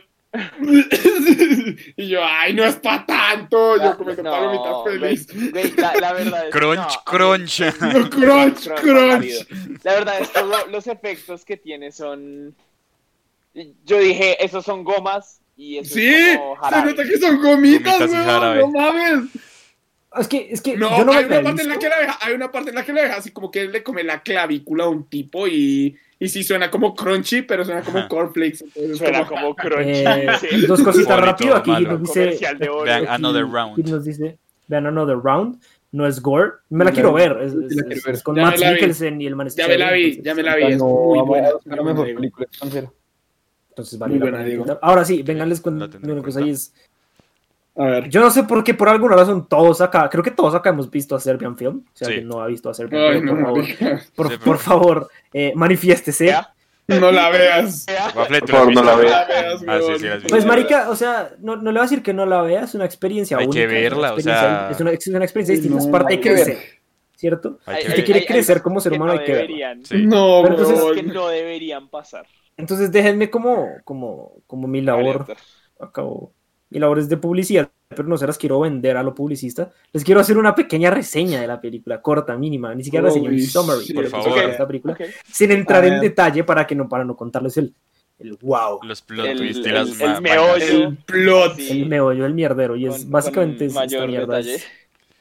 C: Y yo, ay, no es para tanto. Yo comiendo palomitas feliz.
B: güey, güey, la, la verdad es que
D: Crunch,
B: no, a mí-
D: crunch.
C: No, crunch, crunch.
B: La verdad es que lo- los efectos que tiene son. Yo dije, esos son gomas y eso
C: Sí,
B: es como
C: se
B: jarabe.
C: nota que son gomitas,
D: Gomitas y
C: weón,
D: jarabe.
C: no mames.
A: Es que, es que
C: No,
A: yo no
C: hay
A: me
C: una parte en la
A: visto.
C: que la deja, hay una parte en la que la deja así como que él le come la clavícula a un tipo y, y sí suena como crunchy, pero suena como
D: Ajá.
C: cornflakes. Entonces
B: Suena
C: como,
B: como crunch.
A: Eh,
B: sí.
A: dos cositas
D: Bonito,
A: rápido. Aquí
D: malo.
A: nos dice.
B: Comercial de oro.
D: Vean,
A: aquí-
D: Another
A: aquí
D: Round.
A: nos dice. Vean Another Round. No es gore. Me la
F: No,
A: quiero
F: no,
A: ver. Es,
F: sí
A: es-
F: la quiero
A: es-
F: ver.
A: es con
C: Ya me
A: Matt
C: la vi.
A: Mikkelsen y el man es
C: ya me la
A: chévere,
C: vi,
A: entonces-
C: ya me la vi, es
F: Ganó
C: muy
F: a-
C: buena.
F: a
C: muy
F: la
C: buena,
F: mejor
C: digo.
F: película extranjera.
A: Entonces
C: Muy
A: vale la
C: buena,
A: pena
C: digo.
A: intentar. Ahora sí, vengan, les
D: La
A: cuento
D: tendré
A: una
D: en
A: cosa
D: cuenta.
A: y es.
C: A ver.
A: Yo no sé por qué, por alguna razón, todos acá, creo que todos acá hemos visto a Serbian Film. Si
D: Sí.
A: alguien no ha visto a Serbian
C: Ay,
A: Film,
C: no,
A: por favor,
C: marica.
A: por,
D: Sí, pero-
A: por favor eh, manifiéstese.
B: ¿Ya?
C: No la veas.
B: ¿Ya?
D: Waffle,
E: Por
D: ¿tú la has
E: favor, no
D: visto?
E: la
C: No
E: veas.
C: la veas,
D: Ah, sí,
C: weón.
D: sí, la has visto.
A: Pues, marica, o sea, no, no le voy a decir que no la vea, es una experiencia
D: Hay que
A: única. es una
D: verla, o
A: experiencia-
D: sea-
A: Es una, es una experiencia distinta, es
C: No,
A: parte de
C: hay que ver.
A: crecer, ¿cierto?
D: Hay
B: Hay-
D: que
A: Si
D: ver.
A: usted quiere
B: hay-
A: crecer
B: hay
A: como ser
B: que
A: humano,
B: no
A: hay que verla.
B: deberían.
D: Sí.
C: No,
A: Pero entonces-
B: Cosas que
C: weón.
B: no deberían pasar.
A: Entonces déjenme como, como, como mi labor,
B: Alerta.
A: acabo, mi labor es de publicidad, pero no se las quiero vender a lo publicista. Les quiero hacer una pequeña reseña de la película, corta, mínima, ni siquiera reseña, un
C: Holy
A: summary
C: shit.
A: por
D: Por favor.
A: de esta película,
B: Ok.
A: sin entrar
C: A
A: en
C: ver.
A: detalle para que no, para no contarles el, el wow,
D: Los plot
B: El-
D: twists y
B: el-
D: las
B: el
D: ma-
B: meollo.
D: vainas.
C: El plot.
B: Sí.
A: el meollo, el mierdero, y es
B: Con-
A: básicamente
B: con
A: es, esta
B: mayor
A: mierda
B: detalle.
A: es,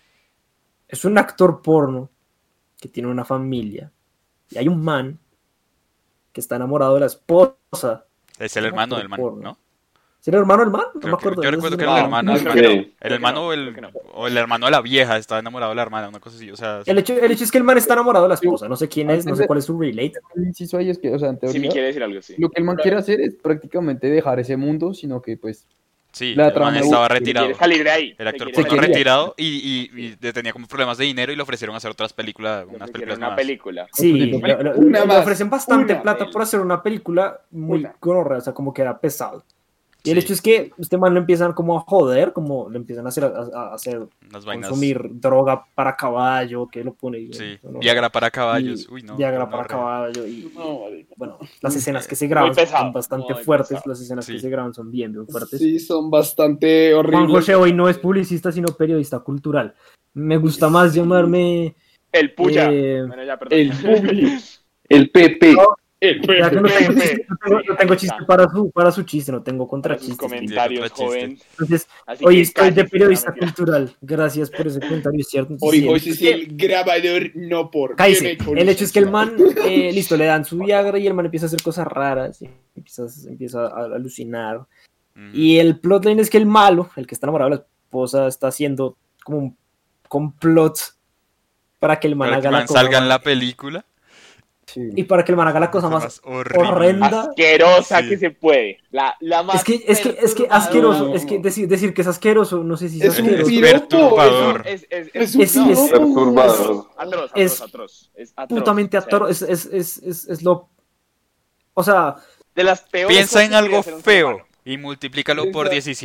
A: es un actor porno que tiene una familia y hay un man que está enamorado de la esposa.
D: Es el hermano del man, ¿no?
A: ¿Es el hermano del man? No
D: Creo
A: me
D: que-
A: acuerdo.
D: yo
A: no sé
D: recuerdo
A: si
D: que
A: es
D: era el
B: No,
D: hermano.
B: no,
D: creo
B: creo
D: que
B: que
D: no.
B: no,
D: El
B: creo
D: hermano
B: que
D: o
B: no,
D: el,
B: creo que no.
D: o el hermano de la vieja está enamorado de la hermana, una cosa así. O sea,
A: El hecho, el hecho es que el man está enamorado de la esposa. No sé quién es, no sé cuál es su relate.
F: El inciso ahí es que, o sea, en
B: Si me
F: teoría,
B: quiere decir algo, sí.
F: lo que el man quiere hacer es prácticamente dejar ese mundo, sino que pues
D: sí,
F: la
D: el man
F: trama-
D: estaba
F: Si
D: retirado.
B: Quiere salir de ahí.
D: El actor
B: Se
D: porno
B: quiere
F: quería.
D: retirado y, y, y de- tenía como problemas de dinero y le ofrecieron hacer otras películas,
B: salir.
D: unas
B: Le
D: películas
B: ofrecieron una
D: nuevas.
B: película.
A: Sí,
F: Una
A: le, le-
C: Una
A: le
C: más,
A: ofrecen bastante
C: una.
A: plata por hacer una película muy
C: Una.
A: gonorrea, o sea, como que era pesado. Y el
D: Sí.
A: hecho es que este man lo empiezan como a joder, como le empiezan a hacer, a, a hacer
D: Unas vainas.
A: consumir droga para caballo, que lo pone.
D: Sí,
A: ¿no?
D: Viagra para caballos.
A: Y
D: Uy, no.
A: Viagra
D: no,
A: para
D: no,
A: caballo. Y,
C: No, marica.
A: bueno, las escenas que se graban
B: pesado,
A: son bastante
B: muy
A: fuertes.
B: pesado.
A: Las escenas
D: Sí.
A: que se graban son bien, bien fuertes.
C: Sí, son bastante
A: Juan
C: horribles.
A: José hoy no es publicista, sino periodista cultural. Me gusta más llamarme.
B: El puya.
A: Eh,
B: Bueno, ya, perdón.
C: El publi.
E: El P P.
C: El
A: Ya que no tengo,
B: Pepe.
A: chiste, no tengo- no tengo chiste para su, para su chiste, no tengo contra
B: Para sus
A: chistes.
B: comentarios,
D: Contra chiste.
B: joven.
A: Entonces,
B: Así
A: hoy
B: que
A: estoy de
B: cállese,
A: periodista
B: no, mentira.
A: cultural. Gracias por ese comentario, es cierto. Entonces,
C: Hoy
A: sí,
C: José
A: el
C: es
A: hecho es que-
C: el grabador, no por.
A: cállese.
C: Qué
A: El hecho es que el man, eh, listo, le dan su Viagra y el man empieza a hacer cosas raras, y empieza, empieza a alucinar.
D: Ujú.
A: Y el plotline es que el malo, el que está enamorado de la esposa, está haciendo como un complot para que el man
D: Para que
A: haga la
D: man
A: cosa
D: salga en
A: más-
D: la película.
F: sí.
A: y para que el man haga la cosa
D: Cosa
A: más
D: horrible.
A: horrenda.
B: Asquerosa
D: Sí.
B: que se puede. La, la más
A: Es que, es que, es que
B: perturbadora.
A: asqueroso, es que decir, decir que es asqueroso, no sé si es,
C: Es un
A: asqueroso.
D: Es
C: piropo.
D: perturbador.
B: Es, es, es,
C: Es un
A: Es-
B: no,
A: es-
E: Perturbador.
B: atroz, atroz,
A: es
B: atroz. Es atroz,
A: Putamente
B: o sea,
A: atroz, es, es, es, es, es lo... O sea,
B: de las peores
D: Piensa
B: cosas
D: en
B: que
D: algo
B: podría hacer un ser
D: feo
B: humano.
D: y multiplícalo por
C: Piensa-
D: diecisiete.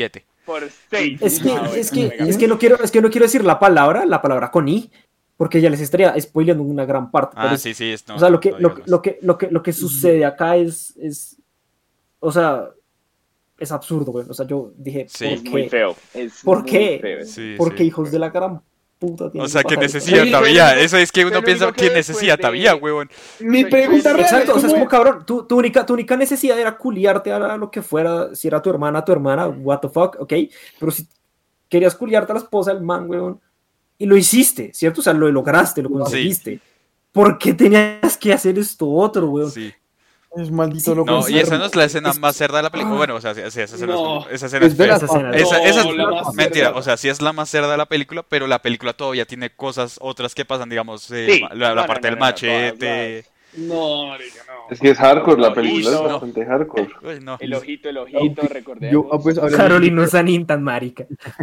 B: Por State.
A: Es que,
B: Ah, bueno,
A: es que,
B: venga.
A: es que no quiero, es que no quiero decir la palabra, la palabra con I, porque ya les estaría spoileando una gran parte. pero
D: Ah,
A: es-
D: sí, sí, es, no,
A: o sea, lo que,
D: no
A: lo,
D: digas más.
A: lo que, lo que, lo que sucede acá es, es, o sea, es absurdo, güey. O sea, yo dije,
D: Sí.
A: ¿por
B: Es muy
A: qué?
B: feo. Es
A: ¿Por
B: muy
A: qué?
B: feo.
D: Sí,
A: ¿Por
D: sí.
A: qué hijos de la gran puta tienen
D: O sea,
A: que
D: ¿qué
A: pasar esto?
D: necesidad
C: Sí,
D: había?
B: pero-
D: Eso es que uno
B: pero
D: piensa,
B: digo que
D: ¿qué
B: después
D: necesidad
B: de-
D: había, huevón?
C: Mi
B: Soy-
C: pregunta real
A: Exacto, o sea, es
C: como-
A: como cabrón, tu, tu, única, tu única necesidad era culiarte a lo que fuera, si era tu hermana, tu hermana, what the fuck, ok, pero si querías culiarte a la esposa del man, weón, y lo hiciste, ¿cierto? O sea, lo lograste, lo conseguiste. ¿Por qué tenías que hacer esto otro, weón?
D: Sí.
F: Es maldito
A: Sí,
F: loco.
D: No, y
A: enfermo.
D: esa no es la escena
A: Es-
D: más cerda de la película.
A: Ah.
D: Bueno, o sea, sí, sí, esa escena
C: No.
D: es, esa escena es
F: Es de
D: fea.
F: las
A: Esa escena es-
D: Esa, esa
C: No,
D: es
C: la más
D: mentira,
C: cerda.
D: o sea, sí es la más cerda de la película, pero la película todavía tiene cosas otras que pasan, digamos, eh,
B: Sí.
D: ma- la, la
B: No, no,
D: parte
B: no,
D: del
B: no, no,
D: machete.
C: No, marica, no.
E: Es que es hardcore, la
B: No,
E: película es
B: no.
E: bastante hardcore.
D: Uy, no.
B: El ojito, el ojito,
F: Aunque
B: recordemos.
F: Yo, ah, pues, hablando-
A: Carolina Sanín tan marica.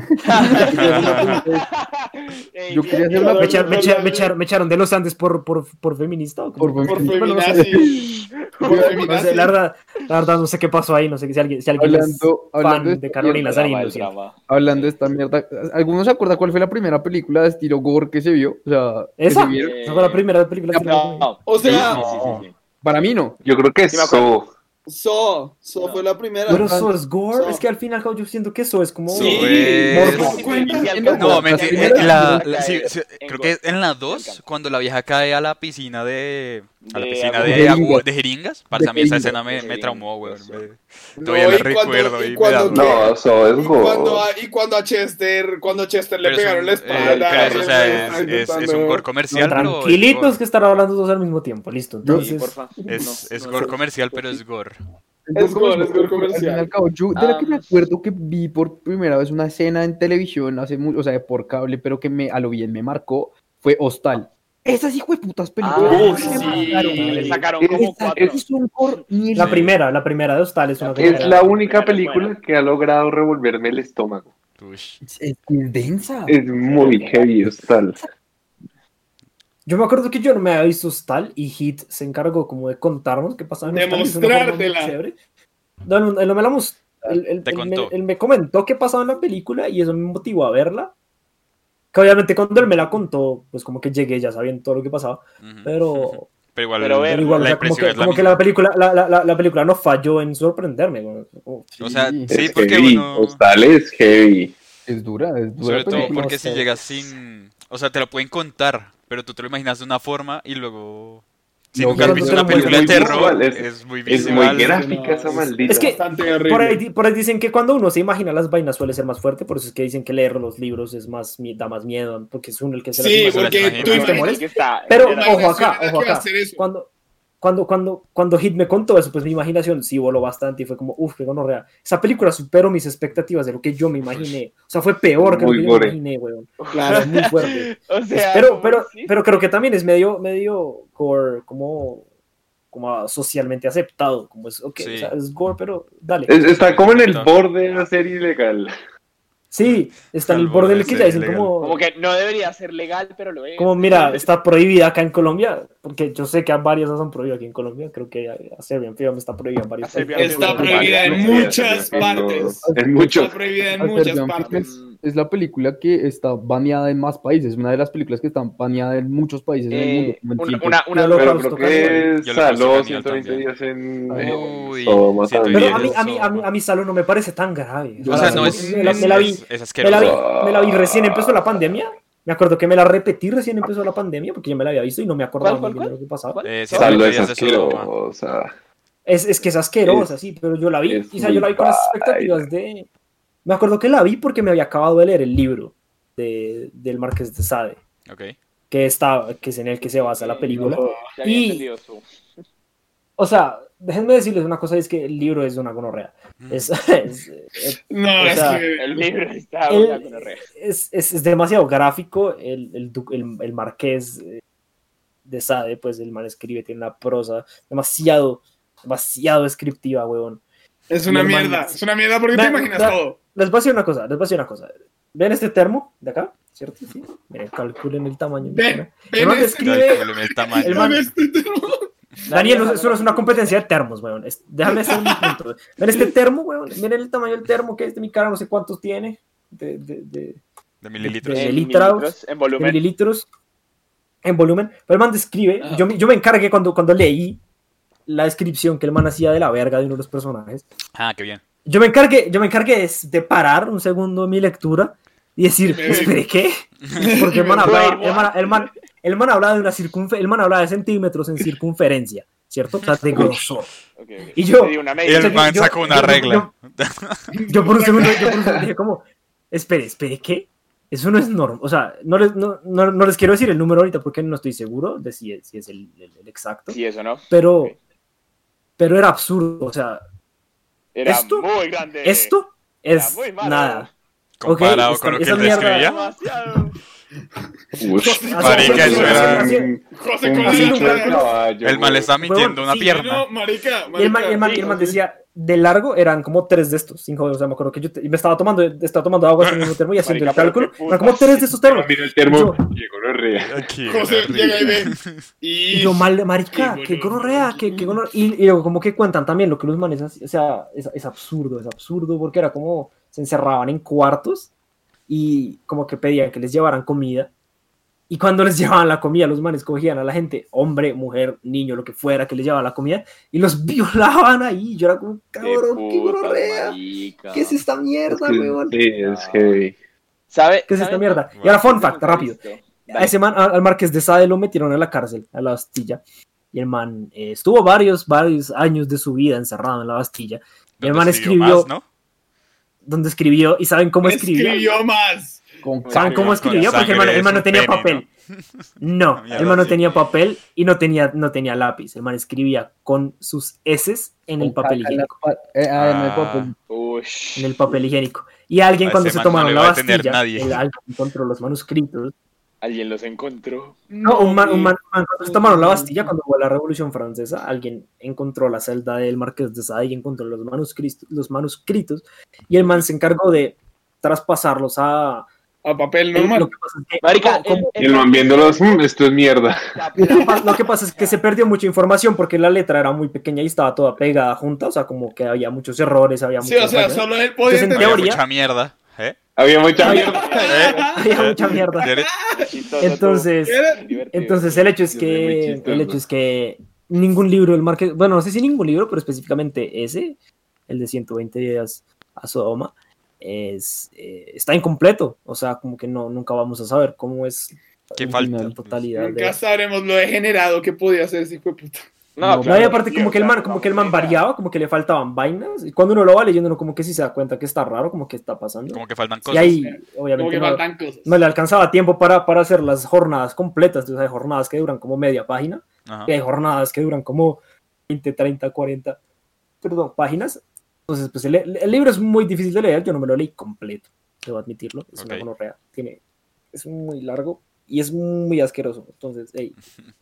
B: Ey,
F: Yo
B: bien,
F: quería hacer
B: bien.
F: una
A: Me, echa- me echa- me echaron, me echaron de los Andes por, por, por feminista. ¿o cómo?
F: Por
C: Por
F: Bueno, no sé.
C: feminazi. Por
A: No sé,
C: feminazi.
A: la verdad, la verdad no sé qué pasó ahí, no sé si alguien, si alguien
F: Hablando-
A: es
F: hablando
A: fan
F: de
A: de Carolina
B: El
A: Sanín,
B: drama,
A: lo
B: el
A: siento.
B: drama.
F: Hablando de esta mierda, ¿alguno se acuerda cuál fue la primera película de estilo gore que se vio? O sea, que
A: ¿Esa?
F: se vieron.
B: Eh,
A: Esa fue la primera película que
B: No, no.
C: O sea-
B: Sí, sí, sí, sí.
F: Para mí no.
E: Yo creo que es
B: Sí, me acuerdo.
E: So.
C: So, So
B: No.
C: fue la primera.
A: Pero eso es gore,
C: So.
A: es que al final yo siento que eso es como...
C: Sí,
D: Pues-
C: morbo.
B: Cuenta.
D: No,
F: Las
D: mentira,
F: primeras
D: eh, la-
B: películas
D: la- sí,
B: cae
D: sí,
B: en
D: creo
B: gore.
D: que en la dos,
B: encanta.
D: cuando la vieja cae a la piscina de... A la
B: De
D: piscina
B: agua.
D: de,
F: De
D: agua-
F: jeringas.
D: de jeringas. Para
F: De
D: mí esa
F: jeringas.
D: escena me,
B: De
D: me
B: jeringas,
D: traumó, weón.
B: eso.
D: me-
C: No,
D: Todavía la
C: y cuando-
D: recuerdo
C: y
D: y me
C: cuando
D: da...
C: que-
E: No, So es
C: Y cuando,
E: gore.
C: a, y cuando a Chester, cuando a Chester le
D: Pero es
C: pegaron
D: un-
C: la
D: eh,
C: espalda.
D: pero, o
C: él
D: sea,
C: estaba
D: es, es- es un
C: intentando-
D: gore comercial, pero es
A: Tranquilitos
D: gore.
A: que están hablando dos al mismo tiempo, listo.
F: Yo-
A: Entonces,
B: Sí, porfa.
D: Es,
B: No,
D: es
B: no,
D: gore
B: no.
D: comercial, pero es gore.
C: Es gore, es gore
F: Al fin y
C: comercial.
F: al cabo, yo de la que me
B: Ah.
F: acuerdo que vi por primera vez una escena en televisión hace mucho, o sea, por cable, pero que me a lo bien me marcó, fue Hostal. Esas hijo de putas películas.
B: Ah,
C: Uy,
F: que me
C: sí.
F: marcaron,
B: Le sacaron
E: Es-
B: como
F: Esas
B: cuatro.
F: sí son gore ni el-
A: la primera, la primera de Hostal es una
B: Es
A: película.
E: Es la única
B: Primera es
E: película
B: buena.
E: que ha logrado revolverme el estómago.
D: Ush.
F: Es, es que es densa.
E: Es muy heavy, Hostal.
A: Yo me acuerdo que yo no me había visto Hostal y Hit se encargó como de contarnos qué pasaba en Hostal. Es una forma muy
C: Demostrártela.
A: chévere. No, él, él no me la mos- él- él-
D: Te
A: él me,
D: contó.
A: él me comentó qué pasaba en la película y eso me motivó a verla. Que obviamente cuando él me la contó, pues como que llegué ya sabiendo todo lo que pasaba,
D: Ujú.
A: pero,
D: Pero igual,
B: Pero ver-
A: pero igual, o
D: la
A: sea, como,
D: impresión
A: que,
D: es la
A: como que
D: misma.
A: la película, la, la, la, la película no falló en sorprenderme. Bueno, como-
D: O sea,
F: Sí.
D: sí,
E: Es
D: porque
E: heavy.
D: uno...
E: Hostal es heavy.
F: Es dura, es dura.
D: Sobre todo
F: película.
D: porque
A: no
D: si
A: sé.
D: llegas sin... O sea, te lo pueden contar, pero tú te lo imaginas de una forma y luego... Si
F: Luego
D: nunca has
A: no
D: visto
A: te
D: una
A: lo
D: película de
E: muestran.
D: terror,
E: Es-
D: es muy
E: Es
D: visual.
E: muy gráfica esa
C: Es-
E: maldita.
A: Es que
C: Bastante
A: por
C: horrible.
A: ahí, di- por ahí dicen que cuando uno se imagina las vainas suele ser más fuerte, por eso es que dicen que leer los libros es más, mi- da más miedo, porque es uno el que se las
C: Sí,
A: imagina.
C: porque
D: imagino.
C: tú
D: Te
C: imaginas
A: mueres.
B: Que está-
A: Pero
B: era-
A: ojo acá,
C: imaginación era
A: ojo
C: que va a
A: acá.
C: hacer eso.
A: Cuando, cuando, cuando, cuando Hit me contó eso, pues mi imaginación sí voló bastante y fue como, uff, qué gonorrea. Esa película superó mis expectativas de lo que yo me imaginé. O sea, fue peor que lo
E: Muy
A: que yo
E: gore.
A: me imaginé, weón.
C: Claro.
A: Es muy fuerte.
B: O sea,
A: pero,
B: como
A: pero,
B: sí.
A: pero creo que también es medio, medio gore, como, como socialmente aceptado. Como es, ok,
D: Sí.
A: o sea, es gore, pero dale.
E: Es- está como en el borde de la serie ilegal.
A: Sí, está en el
D: Al
A: borde
D: borde
A: del
D: de
A: que
D: ser
A: ya dicen
D: ilegal.
A: como,
B: Como que no debería ser legal, pero lo es.
A: como, mira, está prohibida acá en Colombia, porque yo sé que a varias las han prohibido aquí en Colombia, creo que a, a Serbian Film está prohibida en varios
B: A Serbian
A: países.
C: Está
B: Film.
C: prohibida en
E: Sí,
C: muchas
E: sí,
C: partes.
E: En muchos.
C: Está prohibida en
F: Al
C: muchas
F: Serbian
C: partes.
F: Film Es la película que está baneada en más países, una de las películas que están baneadas en muchos países en el mundo.
B: Eh,
F: como en
B: una,
F: ciento-
B: una, una-
A: Yo lo-
E: Pero
A: Holocausto
E: creo que
D: Yo lo
E: Saló
D: conozco,
E: ciento veinte
D: también.
E: días en
D: Uy,
E: en Sodoma
D: ciento
E: también.
A: Pero a mí,
D: Eso.
A: a mí, a mí, a mí Salo no me parece tan grave.
F: O
D: O sea, no es...
A: me la,
D: es-
A: me la vi,
D: es- es
A: me la vi,
D: asqueroso.
A: me la vi recién empezó la pandemia. Me acuerdo que me la repetí recién empezó la pandemia porque yo me la había visto y no me acordaba
B: ¿Cuál,
A: muy
B: cuál,
A: bien de lo que pasaba.
B: ¿Cuál?
D: Eh, ciento
E: Saló
D: veinte
E: es
D: días de Sodoma.
E: asquerosa.
A: Es, es que es asquerosa, sí, pero yo la vi.
E: Es
A: Y, o sea, yo la vi con las
E: muy
A: expectativas de... Me acuerdo que la vi porque me había acabado de leer el libro de, del Marqués de Sade,
D: Ok.
A: que, está, que es en el que se basa la película.
B: Ya había
A: Y-
B: entendido su-
A: O sea, déjenme decirles una cosa, es que el libro es de una gonorrea. Es, es, es,
C: No,
A: O
C: es
A: sea,
C: que.
B: El libro está
A: el-
B: una gonorrea.
A: es, es- es demasiado gráfico. El, el, du- el- el Marqués eh, de Sade, pues el man escribe, tiene una prosa demasiado, demasiado descriptiva, weón.
C: Es una
A: Mi hermano-
C: mierda. Es una mierda porque
A: Da-
C: te imaginas
A: da-
C: todo.
A: Les voy a decir una cosa, les voy a decir una cosa. ¿Ven este termo de acá? ¿Cierto? Sí. Miren, calculen el tamaño.
C: Ven,
A: El
C: ven
A: man
C: este
A: describe,
D: Calcúleme el tamaño.
A: El man-
C: Ven este termo.
A: Daniel, no, eso no es una competencia de termos, weón. Es- déjame hacer un punto. Ven este termo, weón. Miren el tamaño del termo que es de mi cara, no sé cuántos tiene. De, de, de,
D: De mililitros.
A: de
B: En
A: litros,
B: mililitros, en
A: de
B: volumen.
A: mililitros en volumen. Pero el man describe,
C: Ah.
A: yo, me- yo me encargué cuando, cuando leí la descripción que el man hacía de la verga de uno de los personajes.
D: Ah, qué bien.
A: Yo me encargué, yo me encargué de, de parar un segundo mi lectura y decir,
C: Me-
A: espere, ¿qué? Porque el man hablaba, el man, el man, el man hablaba de una circunfe- el man hablaba de centímetros en circunferencia, ¿cierto? O sea, de grosor.
B: Ok, ok.
A: Y yo-
B: Te di una
D: Y
B: medida.
A: Yo-
D: el man
A: yo-
D: sacó una
A: yo-
D: regla.
A: Yo por un segundo, yo por un segundo dije como, espere, espere, ¿qué? Eso no es normal. O sea, no les, no, no, no les quiero decir el número ahorita porque no estoy seguro de si es, si es el, el- el exacto.
B: Sí, eso no.
A: Pero,
B: Ok.
A: pero era absurdo. O sea,
B: Era
A: ¿esto?
B: muy grande.
A: esto
B: Era
A: es
B: muy malo.
A: nada.
D: Comparado
A: Ok,
D: con lo que
A: esa
D: él
A: mierda-
D: describía.
B: Demasiado.
E: Ush,
D: Marica, eso era-
C: José,
E: un
C: ¿cómo
A: así
C: se
E: bicho de
C: llama?
E: caballo,
D: El man le
E: güey.
D: está mintiendo
A: Huevón,
D: una
A: sí,
D: pierna.
C: No, marica,
A: Y el man,
C: marica,
A: y el man- y el man decía, de largo eran como tres de estos, cinco, o sea, me acuerdo que yo te- y me estaba tomando, estaba tomando agua en el mismo termo y haciendo
B: Marica,
A: el
B: pero
A: cálculo,
B: qué
A: eran como
B: putas.
A: tres de estos termos.
E: Mira el termo.
A: Yo-
E: Llegó la rea.
D: Aquí,
C: José
D: horrible.
C: llega y ve. Y
A: Y yo mal, marica,
C: Qué
A: qué
C: gonorrea.
A: gonorrea, qué, qué gonorrea. Y, y luego como que cuentan también lo que los manes hacían, o sea, es, es absurdo, es absurdo, porque era como, se encerraban en cuartos y como que pedían que les llevaran comida. Y cuando les llevaban la comida, los manes cogían a la gente, hombre, mujer, niño, lo que fuera, que les llevaban la comida, y los violaban ahí. Yo era como, cabrón, qué
B: putas,
A: gonorrea.
B: marica.
A: ¿Qué es esta mierda,
E: Sí,
A: weón?
E: sí, es heavy.
B: ¿Sabe?
A: ¿Qué es esta
B: ¿sabe?
A: mierda?
D: Wow.
A: Y ahora, fun fact,
B: Nunca he
A: rápido.
B: visto.
A: A
B: Dale.
A: ese man, a- al Marqués de Sade lo metieron a la cárcel, a la Bastilla. Y el man eh, estuvo varios, varios años de su vida encerrado en la Bastilla. Y el
D: ¿Dónde
A: man
D: escribió
A: escribió,
D: más, ¿no?
A: donde escribió, ¿y saben cómo escribió?
C: escribió más.
F: Con
A: ¿Saben
D: Con-
A: cómo
D: con
A: escribió?
D: la
A: Porque el man,
D: sangre
A: el man
D: de
A: no
D: su
A: tenía
D: pene,
A: papel. No,
D: Mierda,
A: el man no
D: sí.
A: tenía papel y no tenía, no tenía lápiz. El man escribía con sus heces en el papel higiénico.
F: Eh, ah, en el
D: Ah.
F: papel.
B: Ush.
A: En el papel higiénico. Y alguien
D: A
A: cuando
D: ese
A: se
D: man no
A: tomaron
D: le
A: la
D: va a detener
A: Bastilla,
D: nadie.
A: el- alguien encontró los manuscritos.
B: Alguien los encontró.
A: No, un man, un man-
C: güey.
A: un man cuando se tomaron la Bastilla, cuando hubo la Revolución Francesa, alguien encontró la celda del Marqués de Sade y encontró los manuscritos, los manuscritos y el man se encargó de traspasarlos a...
C: A papel
A: Lo
C: normal.
A: que pasa es que,
B: Marica,
A: como-
E: Y el man viéndolos, "Mm, esto es mierda".
A: lo que pasa es que se perdió mucha información porque la letra era muy pequeña y estaba toda pegada junta, o sea, como que había muchos errores, había
C: Sí,
A: muchas
C: o sea,
A: fallas.
C: solo él podía
A: Entonces, en
C: entender.
D: Había
A: teoría-
D: mucha mierda. ¿Eh?
E: Había mucha
A: Había-
E: mierda.
D: ¿Eh?
A: Había mucha mierda.
D: ¿Quieres?
B: Chistoso,
A: Entonces,
B: todo. Divertido.
A: entonces el hecho es
E: Yo soy muy
A: que
E: chistoso.
A: el hecho es que ningún libro del Marqués, bueno, no sé si ningún libro, pero específicamente ese, el de ciento veinte días a Sodoma, es, eh, está incompleto, o sea, como que no, nunca vamos a saber cómo es
D: ¿Qué
A: la
D: falta?
A: totalidad
C: Nunca
A: de...
C: sabremos lo degenerado que podía ser ese hijo de puta.
B: No,
A: No,
B: claro,
A: y aparte
B: sí,
A: como
B: o
A: que el
B: sea,
A: man,
B: no
A: como
B: vamos
A: que el
B: a
A: man
B: negar.
A: variaba, como que le faltaban vainas, y cuando uno lo va leyendo uno como que sí se da cuenta que está raro, como que está pasando.
D: Como que faltan
A: Y
D: cosas.
A: ahí,
C: Como
A: obviamente,
C: que
A: no,
C: faltan cosas.
A: no le alcanzaba tiempo para, para hacer las jornadas completas, o sea, jornadas que duran como media página,
D: Ajá.
A: y hay jornadas que duran como veinte, treinta, cuarenta, perdón, páginas. Entonces, pues el, el libro es muy difícil de leer, yo no me lo leí completo, debo admitirlo, es una
D: Ok.
A: gonorrea, tiene, es muy largo y es muy asqueroso, entonces, hey,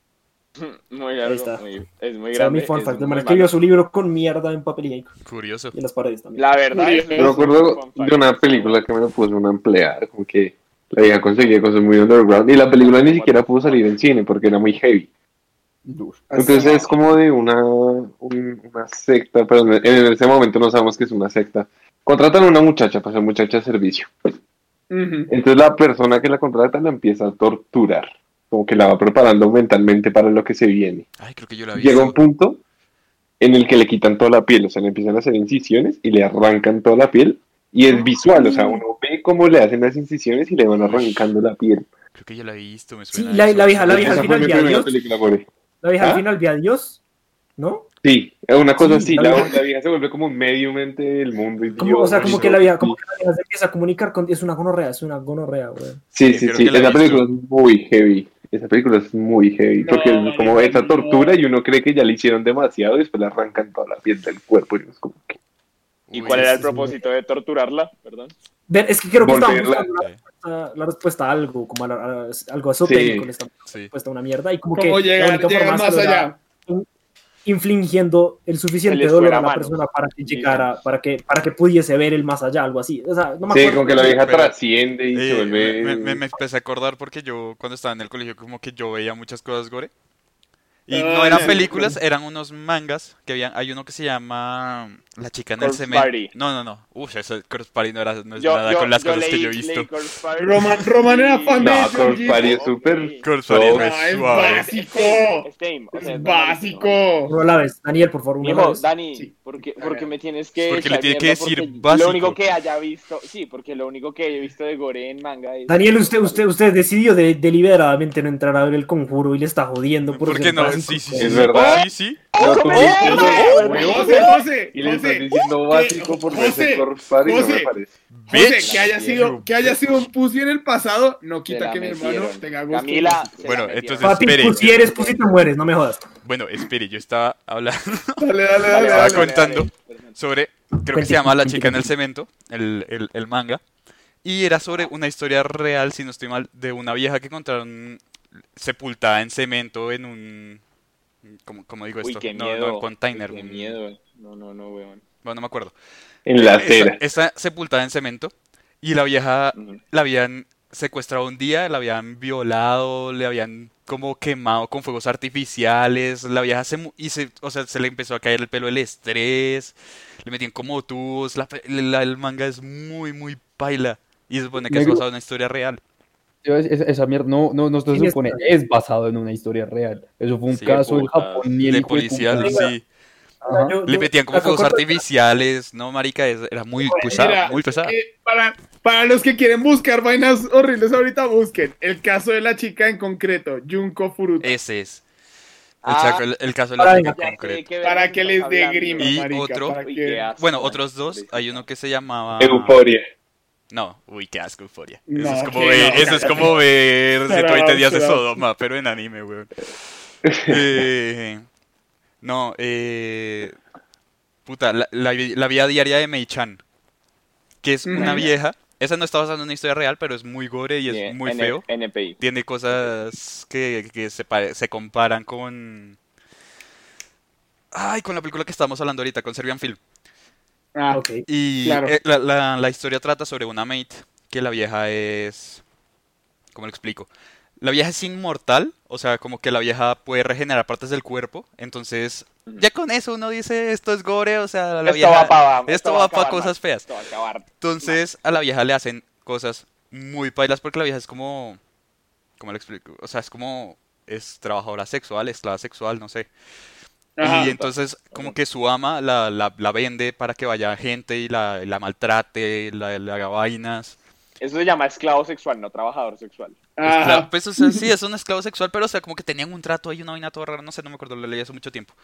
B: Muy
A: Ahí
B: largo,
A: está.
B: muy- es muy
A: o sea,
B: grande.
A: mi fun
B: es
A: fact, el
B: muy
A: man escribió
B: malo.
A: su libro con mierda en papel higiénico
D: Curioso.
A: y en las paredes también.
B: La verdad es
E: Yo me acuerdo de una película que me puso una empleada, como que la vieja conseguía cosas muy underground, y la película ni siquiera pudo salir en cine porque era muy heavy. Entonces es como de una, un- una secta, pero en en ese momento no sabemos que es una secta. Contratan a una muchacha para ser muchacha de servicio.
C: Ujú.
E: Entonces la persona que la contrata la empieza a torturar, como que la va preparando mentalmente para lo que se viene.
D: Ay, creo que yo la vi.
E: Llega un punto en el que le quitan toda la piel, o sea, le empiezan a hacer incisiones y le arrancan toda la piel, y es visual, o sea, uno ve cómo le hacen las incisiones y le van arrancando la piel.
D: Creo que yo la he visto, me
A: Sí,
D: suena.
A: la,
D: eso.
A: la vieja, la vieja al
E: Esa fue
A: final
E: mi
A: vi a
E: primera
A: Dios,
E: película, More.
A: la vieja
E: ¿Ah?
A: al final vi a Dios, ¿no?
E: Sí, es una cosa
A: Sí,
E: así,
A: la
E: la,
A: vieja-
E: la vieja se vuelve como un medium entre el mundo y
A: Como,
E: Dios.
A: o sea, como
E: y
A: que
E: todo.
A: la vieja, como que la vieja se empieza a comunicar con, es una gonorrea, es una gonorrea, güey.
E: Sí,
D: Sí,
E: sí,
D: creo
E: sí,
D: que la he
E: esa
D: visto.
E: película es muy heavy. Esa película es muy heavy,
C: No,
E: porque es como
C: marica,
E: esa
C: no.
E: tortura y uno cree que ya le hicieron demasiado y después le arrancan toda la piel del cuerpo. Y es como que...
B: ¿Y
D: Uy,
B: cuál
A: sí,
B: era el
A: sí,
B: propósito de torturarla? Perdón.
A: Ver, es que creo que estábamos
E: Volverla.
A: buscando la
D: Sí,
A: respuesta, la respuesta a algo, como a la- a- algo esotérico,
E: Sí.
A: le estamos
D: sí.
A: respuesta a una mierda, y como que
C: ¿Cómo
A: la
C: llegar,
A: única
C: llegar
A: forma
C: más
A: era
C: allá?
A: in- infligiendo el
B: Se
A: suficiente
B: les fue
A: dolor
B: la
A: a la
B: mano.
A: persona para que llegara, para que, para que pudiese ver el más allá, algo así. O sea, no me
E: Sí,
A: acuerdo.
E: como que la vieja
D: Pero-
E: trasciende y se
D: Eh,
E: vuelve...
D: me, me- me empecé a acordar porque yo cuando estaba en el colegio como que yo veía muchas cosas gore Y no eran películas, eran unos mangas que habían. Hay uno que se llama La chica en el
B: Corpse
D: cemento.
B: Party.
D: No, no, no. Uf, eso Corpse Party no, era, no es
B: Yo,
D: nada
B: yo,
D: con las
B: yo
D: cosas
B: leí,
D: que yo he visto.
B: leí Corpse Party.
C: Roman, Roman era fan de
E: No,
C: eso,
E: Corpse
C: Gito.
E: Party es súper.
D: Corpse Party no
C: No,
D: es
C: es
D: suave.
C: básico.
B: Es tame, o sea,
C: Es
B: es
C: básico.
A: No la ves. Daniel, por favor, una
B: Mijo,
A: vez.
B: Dani,
C: Sí.
B: ¿por qué, por qué me tienes que
D: Porque le
B: echar
D: tiene que
B: mierda?
D: decir
B: Porque
D: básico.
B: Lo único que haya visto, sí, porque lo único que he visto de gore en manga es...
A: Daniel, usted, usted, usted decidió de- deliberadamente no entrar a ver El Conjuro y le está jodiendo por
D: ¿Por
A: ser
D: qué no?
A: básico.
D: Sí, sí,
E: Es
D: sí.
E: verdad.
D: Sí, sí.
E: No, tú me dices,
C: José, José,
E: y le estás
C: José,
E: diciendo básico por
C: José,
E: verse Corpse Party, no me
C: José.
E: parece.
C: José,
D: Bitch.
C: que haya sido, que haya sido un pussy en el pasado, no
B: Se
C: quita
B: la
C: que mi hermano
B: metieron.
C: tenga gusto.
B: Camila, se la
D: Bueno,
B: metieron.
D: entonces-
A: Papi,
D: Espere.
A: pues si eres pussy te mueres, no me jodas.
D: Bueno, espere, yo estaba hablando
C: Dale, dale,
B: Dale,
C: dale.
D: estaba
C: dale.
D: contando.
B: dale.
D: sobre, creo que
A: Cuente,
D: se llama La
A: cuente,
D: chica en el
A: cuente.
D: cemento, el, el, el manga. Y era sobre una historia real, si no estoy mal, de una vieja que encontraron sepultada en cemento en un... ¿Cómo, cómo digo
B: Uy,
D: esto?
B: qué
D: no,
B: miedo.
D: no, en container.
B: Uy, qué
D: un-
B: miedo. No, no, no, weón.
D: Bueno, no me acuerdo.
E: En la
D: Esa-
E: acera.
D: Está sepultada en cemento y la vieja
B: Ujú.
D: la habían secuestrado un día, la habían violado, le habían como quemado con fuegos artificiales, la vieja se, mu- y se, o sea, se le empezó a caer el pelo del estrés, le metían como tubos, la, pe- la- el manga es muy, muy paila y se supone que es
F: Negro.
D: basado en una historia real.
F: Yo, es- esa, esa mierda no, no, no se
A: Sí,
F: supone,
A: está.
F: es basado en una historia real. Eso fue un
D: Sí,
F: caso en
B: puta.
F: Japón y el
D: De
F: hijo de
D: policial,
F: puta-
D: sí.
F: Ajá.
A: Yo-
D: Le
A: yo-
D: metían como
A: acá
D: fuegos
A: corto-
D: artificiales, no, marica, es- era muy pesado,
C: Mira,
D: muy pesado.
C: eh, para, para los que quieren buscar vainas horribles ahorita, busquen el caso de la chica en concreto, Junko Furuta.
D: Ese es. El,
B: Ah.
D: chaco- el- el caso de la
A: Ahora
D: chica
A: venga.
B: Ya sé
D: concreto.
B: qué
C: Para
B: verga
C: que
B: estás
C: les dé
B: hablando.
C: grima,
D: Y
C: marica,
D: otro-
C: para
B: Uy,
C: que-
B: qué asco,
D: Bueno,
B: man.
D: otros dos,
B: Pobrecita.
D: hay uno que se llamaba...
E: Euforia.
D: No, uy, qué asco, Euforia. Eso
C: No,
D: es como
C: que
D: ver,
C: no,
D: eso es
C: cállate.
D: como ver
C: Shut
D: ciento veinte
C: up,
D: días de
C: shut up.
D: Sodoma, pero en anime, weón. Eh, no, eh... Puta, la, la, vi- la vida diaria de Mei-chan, que es una
C: Ujú.
D: vieja. Esa no está basada en una historia real, pero es muy gore y es
B: Bien,
D: muy
B: N-
D: feo.
B: N P I.
D: Tiene cosas que, que se, pare- se comparan con... Ay, con la película que estábamos hablando ahorita, con Serbian Film.
C: Ah,
A: Ok.
D: Y
C: Claro.
D: eh, la, la- la historia trata sobre una maid, que la vieja es... ¿Cómo lo explico? La vieja es inmortal, o sea, como que la vieja puede regenerar partes del cuerpo, entonces
B: Ujú.
D: ya con eso uno dice, esto es gore, o sea, la
B: Esto
D: vieja...
B: va para
D: esto va pa' cosas feas.
B: Esto va a acabar.
D: Entonces a la vieja le hacen cosas muy pailas porque la vieja es como... ¿Cómo lo explico? O sea, es como... Es trabajadora sexual, esclava sexual, no sé.
C: Ajá.
D: Y entonces como que su ama la, la, la vende para que vaya gente y la, la maltrate, la, le haga vainas.
B: Eso se llama esclavo sexual, no trabajador sexual.
C: Ajá.
D: Esclavo- pues o sea, sí, es un esclavo sexual, pero o sea, como que tenían un trato ahí, una vaina toda rara, no sé, no me acuerdo, lo leí hace mucho tiempo.